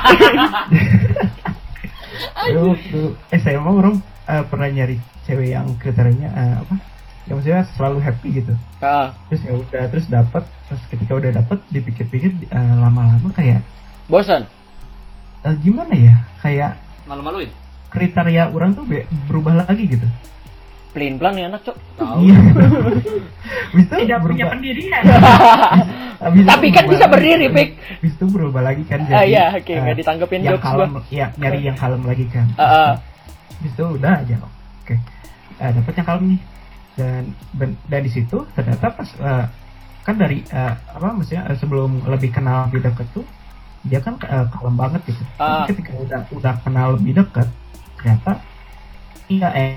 Dulu waktu S M A orang eh, pernah nyari cewek yang kriterianya eh, apa? Yang maksudnya selalu happy gitu. Ah, Terus ya udah terus dapat, terus ketika udah dapat dipikir-pikir eh, lama-lama kayak bosan. eh, gimana ya? Kayak Malu-maluin. kriteria orang tuh be- berubah lagi gitu. Pelin-pelan ya anak, Cok. Tahu. Iya. Bisa Tidak punya berubah. pendirian. Habis itu Tapi kan berubah bisa lagi. berdiri, Pik. Habis itu berubah lagi kan Ah, iya, oke, eh, nggak ditanggepin yang jokes kalem, gua. ya nyari yang kalem lagi kan. Ah, ah. Habis itu udah aja. Oke. Eh, dapat yang kalem nih. Dan ben- dan di situ ternyata pas eh, kan dari eh, apa maksudnya eh, sebelum lebih kenal lebih dekat tuh dia kan eh, kalem banget gitu. Ah. Tapi ketika udah udah kenal lebih dekat ternyata iya eh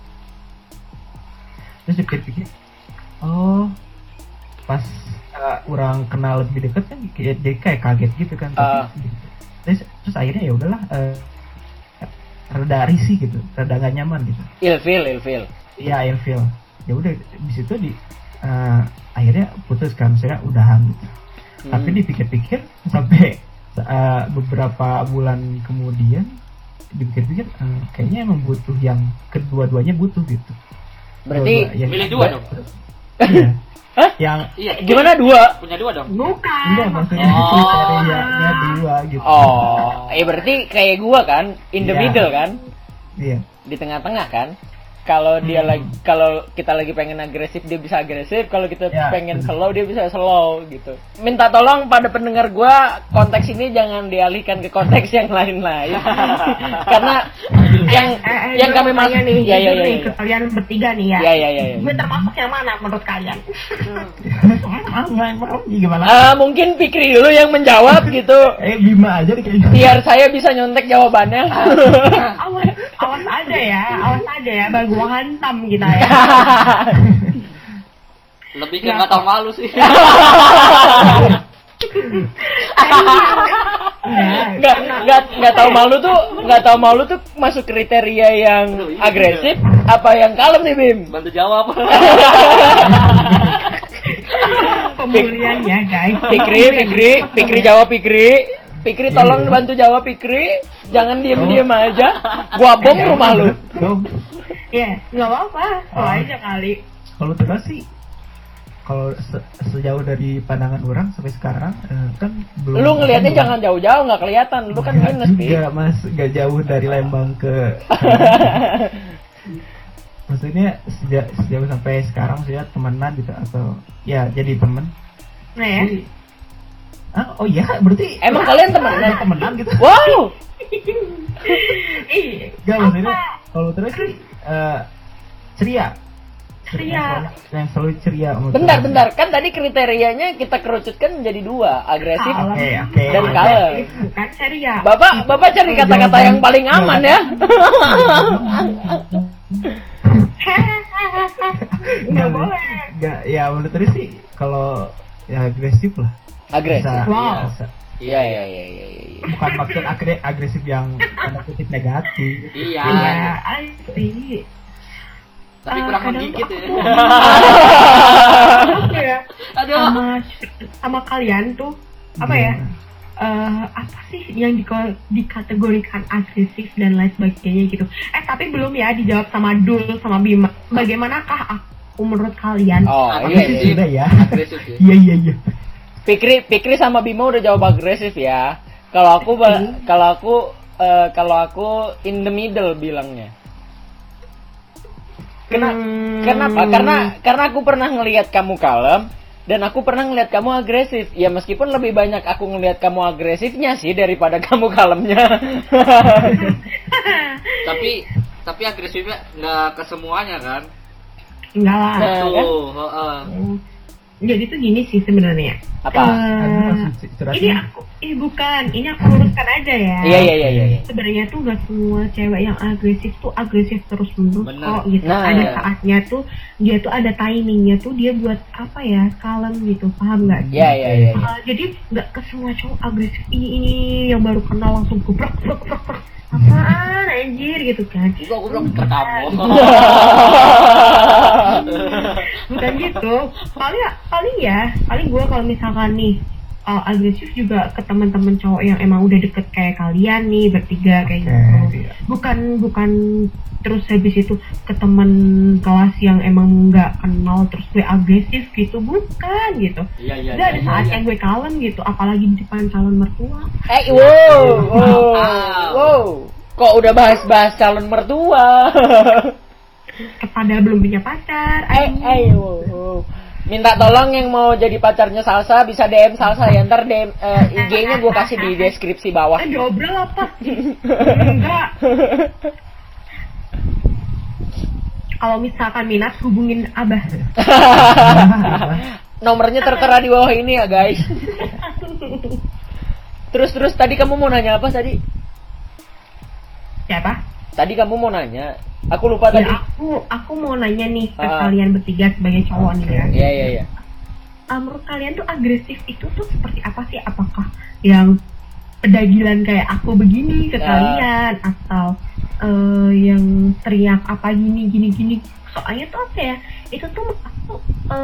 terus dipikir-pikir oh pas uh, orang kenal lebih dekat kan kayak- jadi kayak kaget gitu kan. Ah. Tapi, terus, terus akhirnya ya udahlah uh, rada risih gitu, rada gak nyaman gitu. Ilfil, ilfil. Iya ilfil. Ya udah di situ di uh, akhirnya putus kan, maksudnya udahan gitu. Hmm. Tapi dipikir-pikir sampai uh, beberapa bulan kemudian dipikir-pikir uh, kayaknya emang butuh yang kedua-duanya butuh gitu. Berarti Dua-dua, yang- Milih dua dong. Iya. Hah? Yang Iya. gimana dua? Punya dua dong. Bukan. enggak maksudnya Oh. kriterianya dua gitu. Oh, eh berarti kayak gua kan, in the Iya. middle kan, Iya. di tengah-tengah kan. Kalau dia Hmm. lagi, kalau kita lagi pengen agresif dia bisa agresif, kalau kita Ya, pengen betul. slow dia bisa slow gitu. Minta tolong pada pendengar gua, konteks ini jangan dialihkan ke konteks yang lain-lain. Karena yang Eh, eh, yang gue kami mau tanya maksud nih, ya ya jujur ya. nih, ke kalian bertiga nih ya. Ya ya ya. ya. Gue termasuk yang mana menurut kalian? Ah, nggak mau gimana? Ah, mungkin Fikri dulu yang menjawab gitu. Eh Bima aja deh kayaknya. Biar saya bisa nyontek jawabannya. awas, awas aja ya, awas aja ya, baru gua hantam kita ya. Lebih ke nggak tahu malu sih. Nggak nggak nggak tahu malu tuh nggak tahu malu tuh masuk kriteria yang agresif apa yang kalem nih Bim? Bantu jawab. Pemulihan ya guys. Fikri, Fikri, Fikri jawab Fikri. Fikri tolong bantu jawab Fikri. Jangan diem-diem aja. Gua bom rumah lu. Dong, Ya, nggak apa-apa, kalau Oh. aja kali. kalau terus sih kalau se- sejauh dari pandangan orang sampai sekarang eh, kan belum. Lu ngelihatnya belum- jangan jauh-jauh nggak kelihatan. Lu kan Nggak minus Pi. juga mas, gak jauh dari Lembang ke. Maksudnya sejak sejauh sampai sekarang maksudnya temenan gitu atau ya jadi temen. Nah ya. Jadi, ah, oh iya berarti Emang kalian temenan? temenan gitu. Wow. Ih, Gak maksudnya apa? kalau terus sih eh, ceria. Ceria. Yang selalu, yang selalu ceria. menurut Bentar, saya. bentar. Kan tadi kriterianya kita kerucutkan menjadi dua, agresif Kalem. Oke, oke. dan Ada. kalem. Bukan ceria. Bapak, Bapak cari kata-kata yang paling aman ya. Nggak boleh. Nggak, ya menurut terus sih kalau ya agresif lah. Agresif. Bisa, Wow. ya, bisa. Iya, iya, iya, iya, iya. Bukan maksud agre- agresif yang tanda kutip negatif. Iya. Iya, I see. Tapi Ah, kurang kadang menggigit tuh ya. aku tuh ya, Aduh. sama sama kalian tuh apa ya? eh apa sih yang di, dikategorikan agresif dan lain sebagainya gitu. Eh tapi belum ya dijawab sama Dul sama Bima. Bagaimanakah aku menurut kalian? Oh, Agresif iya, Agresif iya. sih. sudah ya. Agresif sih. Iya iya iya. Fikri, Fikri sama Bima udah jawab agresif ya. Kalau aku, ba- kalau aku, eh, kalau aku in the middle bilangnya. Kena- Hmm. Kenapa? Karena karena aku pernah ngelihat kamu kalem dan aku pernah ngelihat kamu agresif. Ya meskipun lebih banyak aku ngelihat kamu agresifnya sih daripada kamu kalemnya. Tapi tapi agresifnya nggak ke semuanya kan. Enggak lah. Nah, kan? Tuh, heeh. Hmm. Jadi tuh gini sih sebenarnya. Apa? Eh, Aduh, masih curhat ini nih. aku, ini bukan, ini aku luruskan aja ya. Iya iya iya iya. Sebenarnya tuh gak semua cewek yang agresif tuh agresif terus menerus Bener. kok gitu. Nah, ada iya. saatnya tuh dia tuh ada timingnya tuh dia buat apa ya kalem gitu, paham nggak? Iya iya iya. iya. Uh, jadi nggak ke semua cowok agresif ini ini yang baru kenal langsung gebrak gebrak gebrak gebrak. Apaan anjir gitu kan? Gua gua belum ke kamu. Bukan gitu. Paling paling ya, paling gue kalau misalkan nih uh, agresif juga ke teman-teman cowok yang emang udah deket kayak kalian nih bertiga kayak Oke, gitu. iya. Bukan bukan terus habis itu ke teman kelas yang emang nggak kenal terus gue agresif gitu, bukan gitu. Iya iya. Udah iya, ada iya, saatnya iya. gue kalem gitu, apalagi di depan calon mertua. Eh, wow, wow, Wow. wow. Kok udah bahas-bahas calon mertua? Kepada belum punya pacar. Eh, eh, wow, wow. Minta tolong yang mau jadi pacarnya Salsa bisa D M Salsa ya. Ntar D M eh, I G-nya gue kasih di deskripsi bawah. Ah, diobrol apa? Enggak. Kalau misalkan minat hubungin Abah. Nomornya tertera di bawah ini ya guys. Terus terus tadi kamu mau nanya apa tadi? Siapa? Tadi kamu mau nanya. Aku lupa tadi. Ya, aku aku mau nanya nih ke Ah. kalian bertiga sebagai cowok nih ya. Iya iya iya. Ah, menurut kalian tuh agresif itu tuh seperti apa sih? Apakah yang pedagilan kayak aku begini ke Ah. kalian atau eh, yang teriak apa gini gini gini? Soalnya tuh apa ya? Itu tuh aku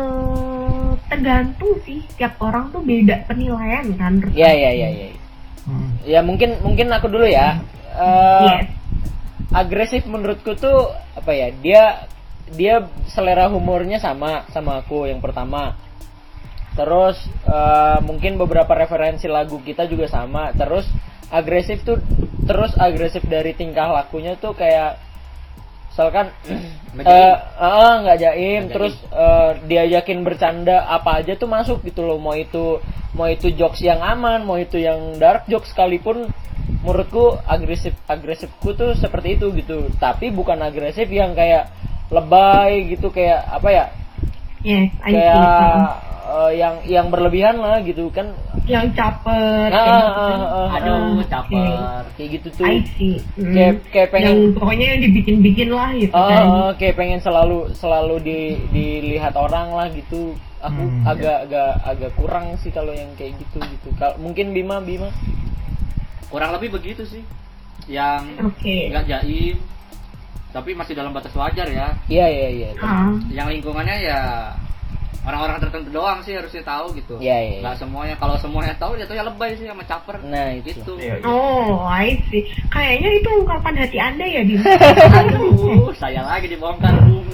eh, tergantung sih. Tiap orang tuh beda penilaian kan. menurut Iya aku. iya iya iya. Hmm. Ya mungkin mungkin aku dulu ya. Eh, Yes. Agresif menurutku tuh apa ya? Dia dia selera humornya sama sama aku yang pertama. Terus eh, mungkin beberapa referensi lagu kita juga sama. Terus agresif tuh terus agresif dari tingkah lakunya tuh kayak misalkan Nggak eh jaim. eh, nggak jaim, Nggak terus eh, diajakin bercanda apa aja tuh masuk gitu loh. Mau itu mau itu jokes yang aman, mau itu yang dark jokes sekalipun, menurutku agresif agresifku tuh seperti itu gitu. Tapi bukan agresif yang kayak lebay gitu, kayak apa ya? Yes, I see. Kayak eh, yang yang berlebihan lah gitu kan. Yang caper. Ah, kayak ah, gitu. ah, ah, Aduh, Ah, caper. kayak gitu tuh. I see. Hmm. Kayak kayak pengen Yang pokoknya yang dibikin-bikin lah gitu Oh, kan. oh, kayak pengen selalu selalu di dilihat orang lah gitu. Aku Hmm, agak agak agak kurang sih kalau yang kayak gitu gitu. Kalau mungkin Bima Bima. Kurang lebih begitu sih. Yang Oke. nggak jaim tapi masih dalam batas wajar ya. Iya iya iya. Ah. Yang lingkungannya ya orang-orang tertentu doang sih harusnya tahu gitu. Iya, iya, Nggak iya. semuanya. Kalau semuanya tahu jatuhnya lebay sih sama caper. Nah, itu. Gitu. Iya, iya. Oh, I see. Kayaknya itu ungkapan hati Anda ya, Dim. Aduh, saya lagi dibongkar, Bung.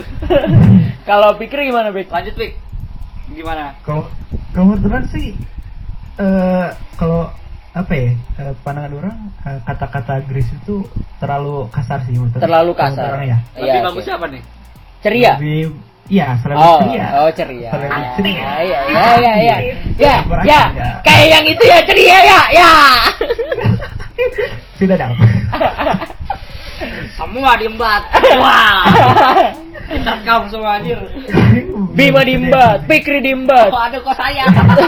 Kalau pikir gimana, Bik? Lanjut, Wik. Gimana? Kalau kalau kebetulan sih eh kalau apa ya eh, pandangan orang eh, kata-kata agresif itu terlalu kasar sih menurut Terlalu menurut kasar. orang ya. Lebih Iya, bagus oke. apa nih? Ceria. Lebih, iya selalu Oh, ceria. oh ceria. Selalu Ya, ceria. ya, ya, ya, ya, ya, ya, Berasa, ya. ya. Kayak yang itu ya ceria ya, ya. Sudah dah. Semua diembat. Wah. Kita kamu semua anjir. Bima dimbat, Pikri dimbat. Oh, aduh kok saya.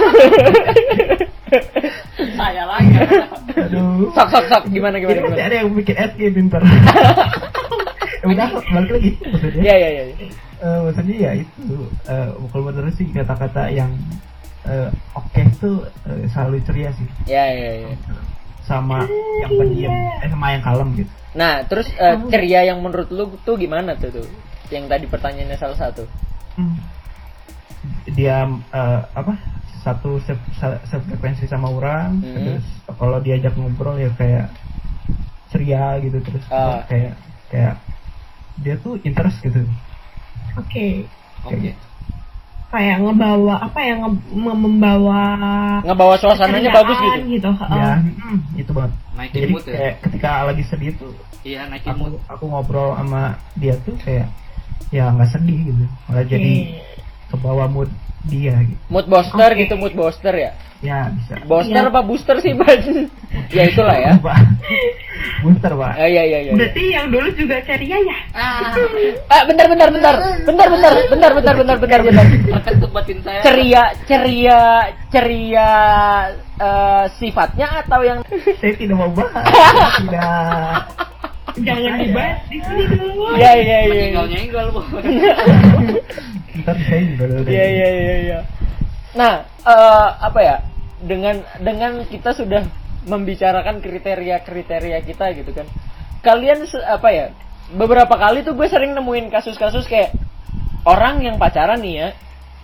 Saya lagi. Aduh. Sok sok sok gimana Ini gimana masih gimana. ada yang bikin ad game ntar. Ya udah balik lagi maksudnya. Iya iya iya. Eh, maksudnya ya itu eh, kalau menurut sih kata-kata yang eh, oke tuh eh, selalu ceria sih Iya iya iya. sama yang pendiam eh sama yang kalem gitu. Nah, terus eh, ceria yang menurut lu tuh gimana tuh tuh? Yang tadi pertanyaannya salah satu. Hmm. Dia eh, apa satu se- se- sefrekuensi sama orang, Hmm. terus kalau diajak ngobrol ya kayak ceria gitu, terus Ah. kayak kayak dia tuh interest gitu. Oke. Oke. Kayak ngebawa apa ya nge- mem- membawa Ngebawa suasananya keceriaan bagus gitu. gitu. Ya, heeh. hmm, itu banget. Naikin Jadi mood ya. kayak ketika lagi sedih tuh Iya, naikin mood. aku aku ngobrol sama dia tuh kayak ya nggak sedih gitu, malah jadi kebawa mood dia gitu. Mood booster Oke. gitu, mood booster ya. Ya bisa. Booster Iya. apa booster sih, Ban? Ya itulah ya. Pak. Booster pak. Eh, iya iya iya. Berarti yang dulu juga ceria ya? Ah, Ah, bentar bentar bentar. Bentar bentar bentar bentar bentar bentar bentar. terketuk batin saya. Ceria ceria ceria eh, sifatnya atau yang Saya tidak mau bahas. Tidak. Jangan dibahas di sini dulu. Iya iya iya. Nyenggol-nyenggol, Bu. Ntar saya juga dulu. Iya iya iya iya. Nah, eh, apa ya? Dengan dengan kita sudah membicarakan kriteria-kriteria kita gitu kan. Kalian se- apa ya? Beberapa kali tuh gue sering nemuin kasus-kasus kayak orang yang pacaran nih ya.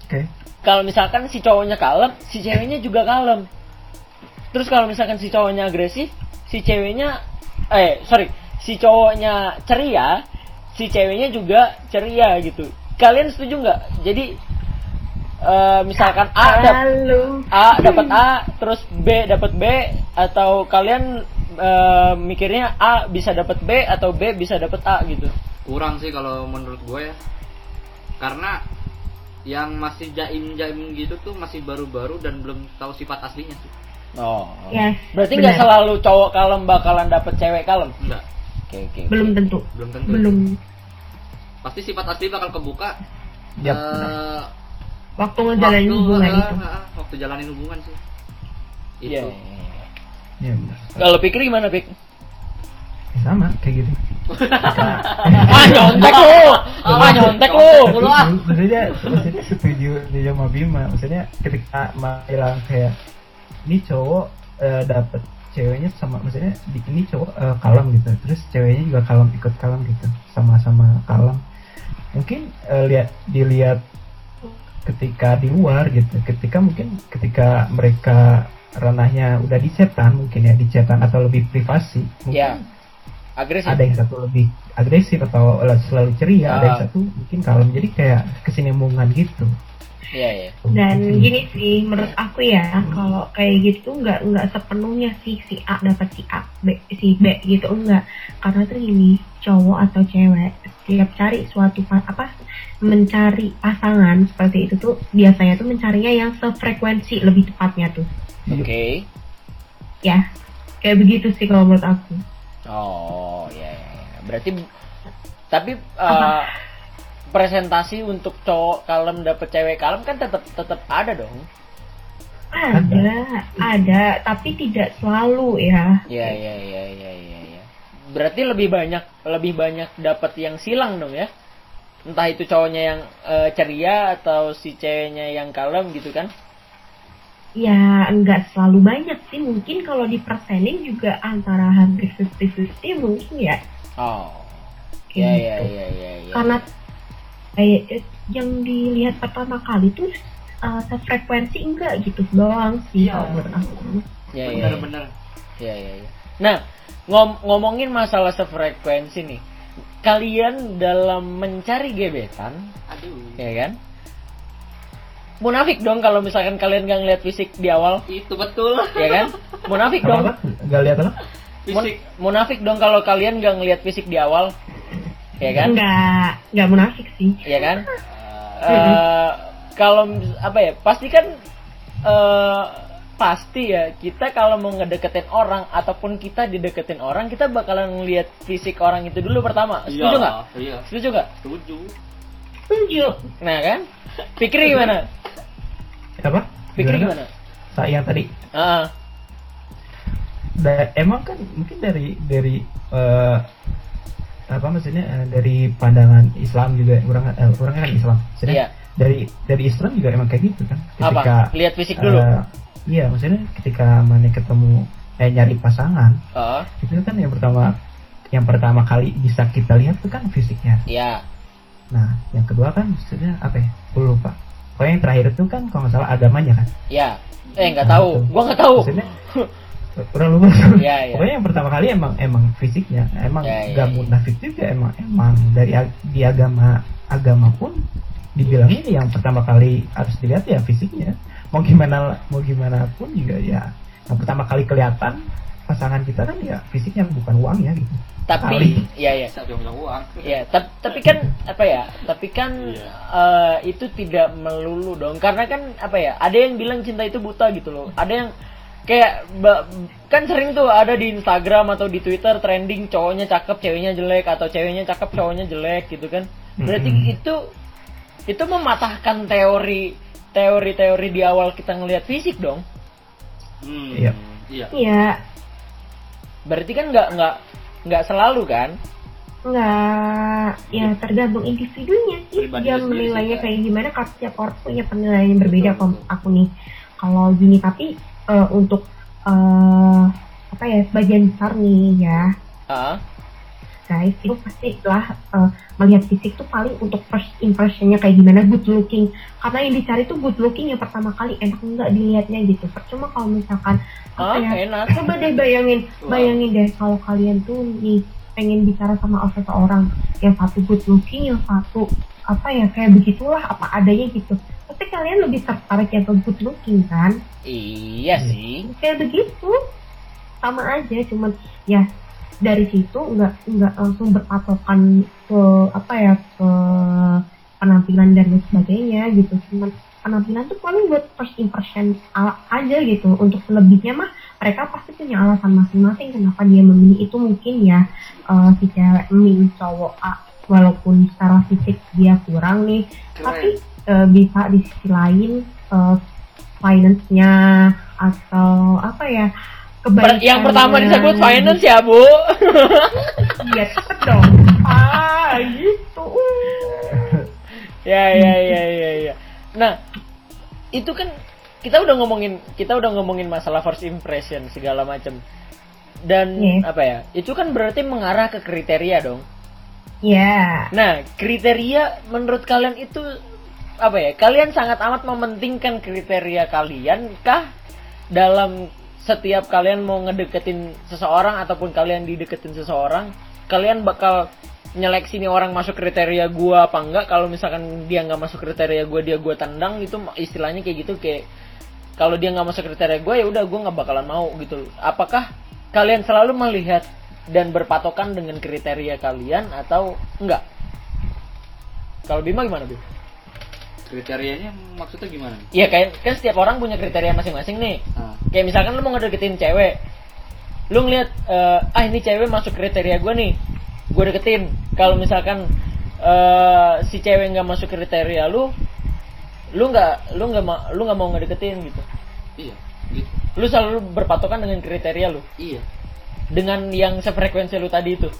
Oke. Kalau misalkan si cowoknya kalem, si ceweknya juga kalem. Terus kalau misalkan si cowoknya agresif, si ceweknya eh sorry, si cowoknya ceria, si ceweknya juga ceria gitu. Kalian setuju nggak? Jadi eh, misalkan A dap- Halo. A dapat A, terus B dapat B, atau kalian eh, mikirnya A bisa dapat B atau B bisa dapat A gitu? Kurang sih kalau menurut gue ya. Karena yang masih jaim-jaim gitu tuh masih baru-baru dan belum tahu sifat aslinya sih. Oh. Yes, Berarti nggak benar. selalu cowok kalem bakalan dapet cewek kalem? Enggak, Oke oke. Belum tentu. belum tentu. Belum. Pasti sifat asli bakal kebuka. Yap, eh, Waktu ngejalanin waktu, hubungan eh, itu. eh, waktu jalanin hubungan sih. Iya. Itu. Ya benar. Kalau pikir gimana pik? Ya, sama kayak gitu. Ah nyontek lu, ah nyontek lu. Maksudnya, maksudnya setuju setuju sama Bima. Maksudnya ketika Ma bilang kayak ini cowok eh, dapet ceweknya sama, maksudnya di- ini cowok eh, kalem gitu, terus ceweknya juga kalem, ikut kalem gitu, sama-sama kalem. Mungkin eh, lihat dilihat ketika di luar gitu, ketika mungkin ketika mereka ranahnya udah di chatan, mungkin ya di chatan atau lebih privasi, mungkin Ya. Agresif. ada yang satu lebih agresif atau selalu ceria, ada yang Ah. satu mungkin kalem, jadi kayak kesinambungan gitu. Iya iya. Dan gini sih, menurut aku ya, kalau kayak gitu nggak nggak sepenuhnya sih si A dapat si A, B, si B gitu enggak. Karena tuh gini, cowok atau cewek setiap cari suatu pa- apa mencari pasangan seperti itu tuh biasanya tuh mencarinya yang sefrekuensi, lebih tepatnya tuh. Oke. Ya, kayak begitu sih kalau menurut aku. Oh iya iya. iya. Berarti tapi uh, Apa? presentasi untuk cowok kalem dapet cewek kalem kan tetap tetap ada dong. Ada, ada, tapi tidak selalu ya. Iya iya iya iya iya. iya. Berarti lebih banyak lebih banyak dapat yang silang dong ya. Entah itu cowoknya yang eh, ceria atau si ceweknya yang kalem gitu kan? Ya, enggak selalu banyak sih. Mungkin kalau dipersenin juga antara hampir lima puluh lima puluh mungkin ya. Oh. Kayak Iya gitu. iya iya iya. iya. Karena kayak eh, yang dilihat pertama kali tuh uh, sefrekuensi enggak gitu doang sih Iya. kalau menurut aku. Iya iya. Bener-bener. Iya iya iya. Nah, ngom- ngomongin masalah sefrekuensi nih. Kalian dalam mencari gebetan, Aduh. ya kan? Munafik dong kalau misalkan kalian gak ngeliat fisik di awal, Itu betul. ya kan? Munafik Apa dong. apa? Gak lihat apa? Mun- Fisik. munafik dong kalau kalian gak ngeliat fisik di awal, ya kan? Enggak, enggak munafik sih. Ya kan? Eh, kalau mis- apa ya? Pasti kan eh, pasti ya kita kalau mau ngedeketin orang ataupun kita dideketin orang, kita bakalan ngeliat fisik orang itu dulu pertama. Setuju Iya, nggak? Iya. Setuju nggak? Setuju. Setuju. Nah kan? Pikir gimana? Apa? Pikir gimana? Sa- yang tadi. Ah, Da- emang kan mungkin dari dari eh, apa maksudnya eh, dari pandangan Islam juga orang eh, orangnya kan Islam. Maksudnya Iya. dari dari Islam juga emang kayak gitu kan. apa? Lihat fisik dulu. eh, iya, maksudnya ketika mana ketemu eh nyari pasangan, Ah, itu kan yang pertama yang pertama kali bisa kita lihat tuh kan fisiknya. iya. Nah, yang kedua kan maksudnya apa ya? Gue lupa. Pokoknya yang terakhir itu kan kalau nggak salah agamanya kan. Iya. Eh nggak Nah, tahu. itu. Gua nggak tahu. Maksudnya orang lupa. Iya, iya. Pokoknya yang pertama kali emang emang fisiknya, emang Ya, ya, gak ya. munafik juga, emang emang dari ag- di agama agama pun dibilangnya yang pertama kali harus dilihat ya fisiknya. Mau gimana mau gimana pun juga ya yang pertama kali kelihatan pasangan kita kan ya fisiknya, bukan uangnya gitu. Tapi Kali. iya iya. Siapa yang bilang uang? Ya, tap- tapi kan apa ya? Tapi kan Iya. eh, itu tidak melulu dong. Karena kan apa ya? Ada yang bilang cinta itu buta gitu loh. Ada yang kayak ba- kan sering tuh ada di Instagram atau di Twitter trending cowoknya cakep, ceweknya jelek, atau ceweknya cakep, cowoknya jelek gitu kan. Berarti Mm-mm. itu itu mematahkan teori teori-teori di awal kita ngelihat fisik dong. Hmm. Iya. Iya. Iya, Berarti kan nggak nggak nggak selalu kan? enggak, ya tergantung individunya sih. Pribadi Dia sendiri menilainya sih, kayak gimana, karena setiap orang punya penilaian yang berbeda. Kalau aku nih, kalau gini, tapi eh, untuk eh, apa ya, sebagian besar nih ya, Ah, guys, itu pasti lah uh, melihat fisik tuh paling untuk first impressionnya kayak gimana, good looking. Karena yang dicari tuh good looking yang pertama kali, enak enggak dilihatnya gitu. Percuma kalau misalkan Ah, apa ya, enak. coba deh bayangin, bayangin deh kalau kalian tuh nih pengen bicara sama seseorang, yang satu good looking, yang satu apa ya kayak begitulah apa adanya gitu. Pasti kalian lebih tertarik yang ke good looking kan? Iya sih. Kayak begitu, sama aja, cuman ya dari situ nggak nggak langsung berpatokan ke apa ya ke penampilan dan lain sebagainya gitu. Cuman penampilan tuh paling buat first impression a- aja gitu. Untuk selebihnya mah mereka pasti punya alasan masing-masing kenapa dia memilih itu. Mungkin ya uh, si cewek memilih cowok A walaupun secara fisik dia kurang nih, Keren. tapi uh, bisa di sisi lain uh, finance-nya atau apa ya Per- yang pertama disebut finance ya, Bu. Iya, cepet dong. Ah, gitu. Ya, ya, ya, ya, ya. Nah, itu kan kita udah ngomongin, kita udah ngomongin masalah first impression segala macam. Dan Yes. apa ya? Itu kan berarti mengarah ke kriteria dong. Ya. Nah, kriteria menurut kalian itu apa ya? Kalian sangat amat mementingkan kriteria kalian kah dalam setiap kalian mau ngedeketin seseorang ataupun kalian dideketin seseorang, kalian bakal nyeleksi nih orang masuk kriteria gua apa enggak? Kalau misalkan dia nggak masuk kriteria gua, dia gua tendang, itu istilahnya kayak gitu. Kayak kalau dia nggak masuk kriteria gua, ya udah gua nggak bakalan mau gitu. Apakah kalian selalu melihat dan berpatokan dengan kriteria kalian atau enggak? Kalau Bima gimana, Bim? Kriterianya maksudnya gimana? Iya, kayak kan setiap orang punya kriteria masing-masing nih. Nah, Kayak misalkan lu mau ngedeketin cewek, lu ngeliat eh, ah ini cewek masuk kriteria gue nih, gue deketin. Kalau misalkan eh, si cewek nggak masuk kriteria lu, lu nggak lu nggak ma- lu nggak mau ngedeketin gitu. iya, gitu. Lu selalu berpatokan dengan kriteria lu, Iya. dengan yang sefrekuensi lu tadi itu.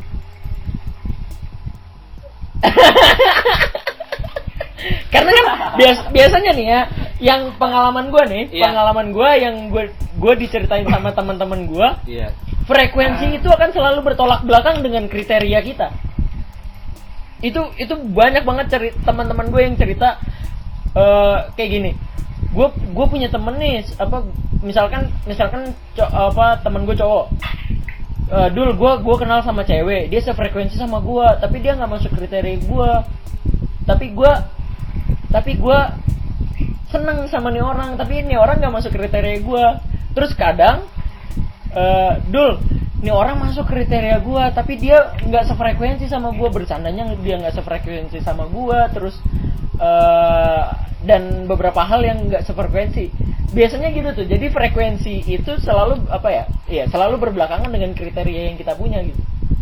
Karena kan bias, biasanya nih ya, yang pengalaman gue nih, Iya. pengalaman gue yang gue gue diceritain sama teman-teman gue, Iya. frekuensi itu akan selalu bertolak belakang dengan kriteria kita. Itu itu banyak banget cerita teman-teman gue yang cerita eh, kayak gini. Gue gue punya temen nih, apa misalkan misalkan co- apa teman gue cowok. Eh, dul gue gue kenal sama cewek, dia sefrekuensi sama gue, tapi dia nggak masuk kriteria gue. Tapi gue tapi gue seneng sama nih orang, tapi nih orang nggak masuk kriteria gue. Terus kadang Uh, Dul, nih orang masuk kriteria gue, tapi dia nggak sefrekuensi sama gue, bercandanya dia nggak sefrekuensi sama gue, terus uh, dan beberapa hal yang nggak sefrekuensi. Biasanya gitu tuh. Jadi frekuensi itu selalu apa ya? Iya, selalu berbelakangan dengan kriteria yang kita punya gitu.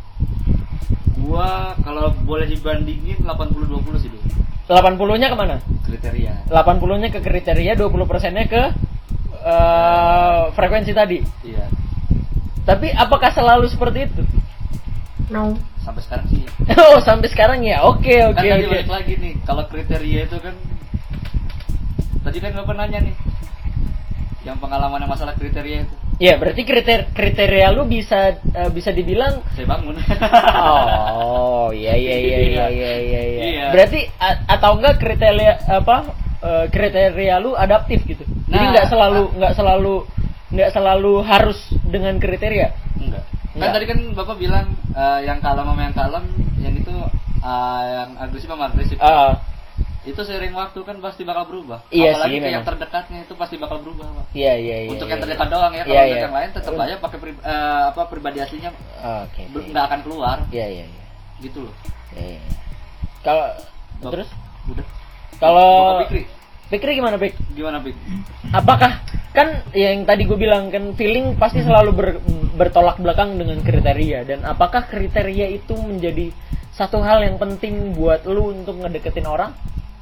Gua kalau boleh dibandingin delapan puluh dua puluh sih, dulu. delapan puluh-nya kemana? Kriteria. delapan puluh-nya ke kriteria, dua puluh persen-nya ke uh, frekuensi tadi. Iya. Tapi apakah selalu seperti itu? No. Sampai sekarang sih. Oh, sampai sekarang ya. Oke, Kan oke, tadi oke. balik lagi nih, kalau kriteria itu kan tadi kan Bapak nanya nih. Yang pengalaman masalah kriteria itu. Ya, berarti kriteria kriteria lu bisa uh, bisa dibilang Saya bangun. oh, iya iya iya iya iya iya. iya. Iya. Berarti a- atau enggak kriteria apa uh, kriteria lu adaptif gitu. Jadi Nah, nggak selalu nggak selalu nggak selalu harus dengan kriteria. Enggak. Kan Enggak. tadi kan Bapak bilang eh, yang kalem sama yang kalem, yang itu eh, yang agresif sama agresif. Ah, Itu seiring waktu kan pasti bakal berubah. Iya Apalagi sih, ke yang memang. terdekatnya itu pasti bakal berubah, Pak. iya iya iya. Untuk iya, yang terdekat doang ya, kalau Iya, untuk iya. yang lain tetap aja pakai pri- eh, apa pribadi aslinya Oke. ber- oke. nggak akan keluar, Iya iya iya. gitu loh. Iya, iya. Kalau Bap- terus Udah. kalau Bapak Fikri, Fikri gimana, Pik? gimana Pik? Apakah kan yang tadi gue bilang kan feeling pasti selalu ber- bertolak belakang dengan kriteria, dan apakah kriteria itu menjadi satu hal yang penting buat lu untuk ngedeketin orang?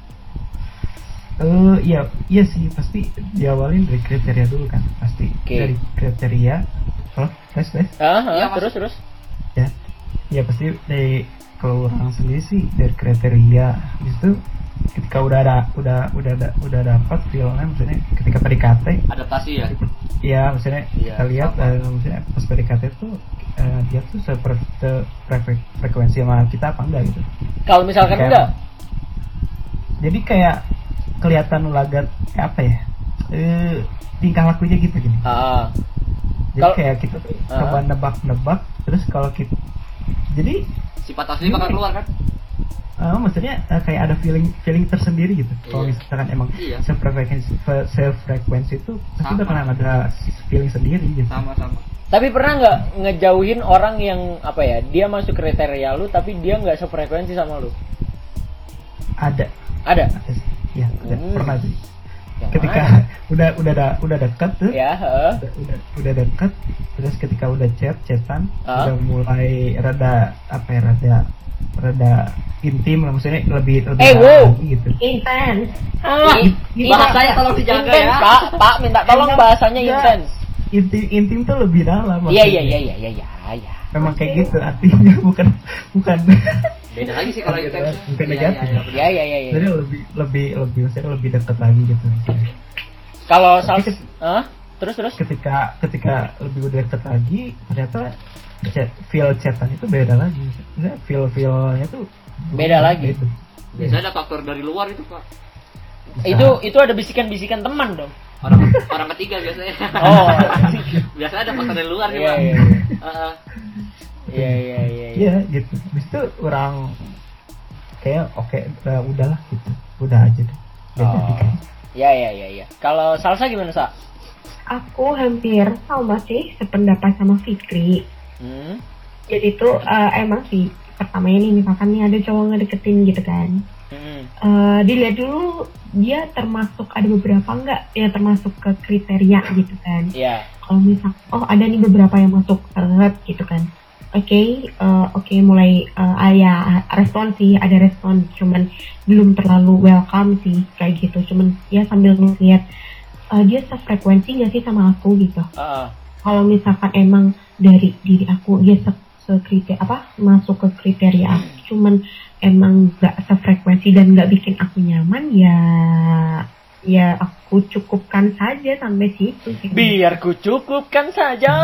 Eh iya iya sih, pasti diawalin dari kriteria dulu kan, pasti Oke. dari kriteria. Oh, tes tes Ah, ah, Iya, terus masuk. terus. ya ya pasti dari kalau orang sendiri sih dari kriteria. Habis itu ketika udah ada udah udah ada udah dapat feelnya, maksudnya ketika P D K T Adaptasi ya. ya maksudnya Iya, kita lihat sama. eh, maksudnya pas P D K T tuh eh, dia tuh seper- se- frekuensi sama kita apa enggak gitu. Kalau misalkan Kayak- enggak, Jadi kayak kelihatan lagat kayak apa ya? Eh, tingkah lakunya gitu gini. ah, Jadi Kalau- kayak kita tuh Ah. coba nebak-nebak, terus kalau kita jadi Sifat asli bakal keluar kan? eh, maksudnya eh, kayak ada feeling feeling tersendiri gitu. Kalau Iya. misalkan emang Iya. sefrekuensi sefrekuensi itu pasti Sama. bakalan ada feeling sendiri gitu. Sama-sama. tapi pernah nggak ngejauhin orang yang apa ya, dia masuk kriteria lu tapi dia nggak sefrekuensi sama lu? Ada, Ada. ada sih. Ya, ada. Hmm. Pernah sih. Yang Ketika mana? udah udah udah udah dekat tuh. Ya, heeh. udah udah, udah dekat, terus ketika udah chat chatan Ah. udah mulai rada apa ya rada rada intim lah, maksudnya lebih lebih Eh, wow. lagi gitu. Intens. Ah, I- bahasanya tolong dijaga intens, ya. Pak. Pak minta tolong bahasanya Enggak. intens. intim intim tuh lebih dalam Iya maksudnya. iya iya iya iya iya. iya. Memang kayak gitu artinya, bukan bukan Beda lagi sih kalau Bukan intens. bukan Iya, negatif. iya, iya, benar. Iya iya iya. jadi iya. lebih lebih lebih maksudnya lebih dekat lagi gitu. Kalau Tapi sals, ket- Hah? terus terus. ketika ketika lebih udah dekat lagi ternyata chat, feel chatan itu beda lagi, maksudnya feel feelnya tuh Beda lagi. beda. Biasanya ada faktor dari luar itu, Pak. Bisa. Itu itu ada bisikan-bisikan teman dong. Orang orang ketiga biasanya. Oh. Biasanya ada faktor dari luar nih, Iya Pak. iya. Heeh. Iya iya iya. iya. Iya gitu. Habis itu orang kayak oke udah udahlah gitu. Udah aja deh. Gak Oh. jadi kan. Iya iya iya iya. Kalau salsa gimana, Sa? Aku hampir sama sih sependapat sama Fikri. Hmm. Jadi tuh eh, emang sih pertamanya nih misalkan nih ada cowok ngedeketin gitu kan. Hmm. Eh, dilihat dulu dia termasuk ada beberapa enggak yang termasuk ke kriteria gitu kan. Iya. Kalau misal oh ada nih beberapa yang masuk seret gitu kan. Oke, eh, oke mulai eh, ah, ya respon sih, ada respon, cuman belum terlalu welcome sih kayak gitu. Cuman ya sambil ngeliat eh, dia sefrekuensi nggak sih sama aku gitu. Ah, Kalau misalkan emang dari diri aku dia se, sekriteria apa masuk ke kriteria aku, cuman emang nggak sefrekuensi dan nggak bikin aku nyaman, ya ya aku cukupkan saja sampai situ sih. biar ku cukupkan saja.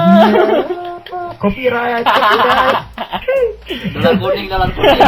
Copyright, copyright. Dolar kuning, dolar kuning.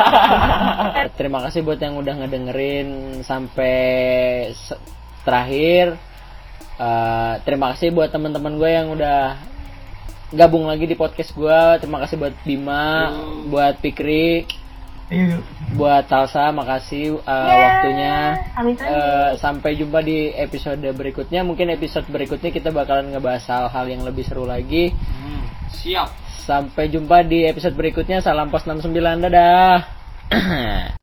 Terima kasih buat yang udah ngedengerin sampai se- terakhir. Eh, terima kasih buat teman-teman gue yang udah gabung lagi di podcast gue. Terima kasih buat Bima, buat Fikri, Ayo, buat Salsa. Makasih eh, waktunya. Amin-amin. Eh, sampai jumpa di episode berikutnya. Mungkin episode berikutnya kita bakalan ngebahas hal-hal yang lebih seru lagi. Hmm, siap. Sampai jumpa di episode berikutnya. Salam Pos enam puluh sembilan. Dadah.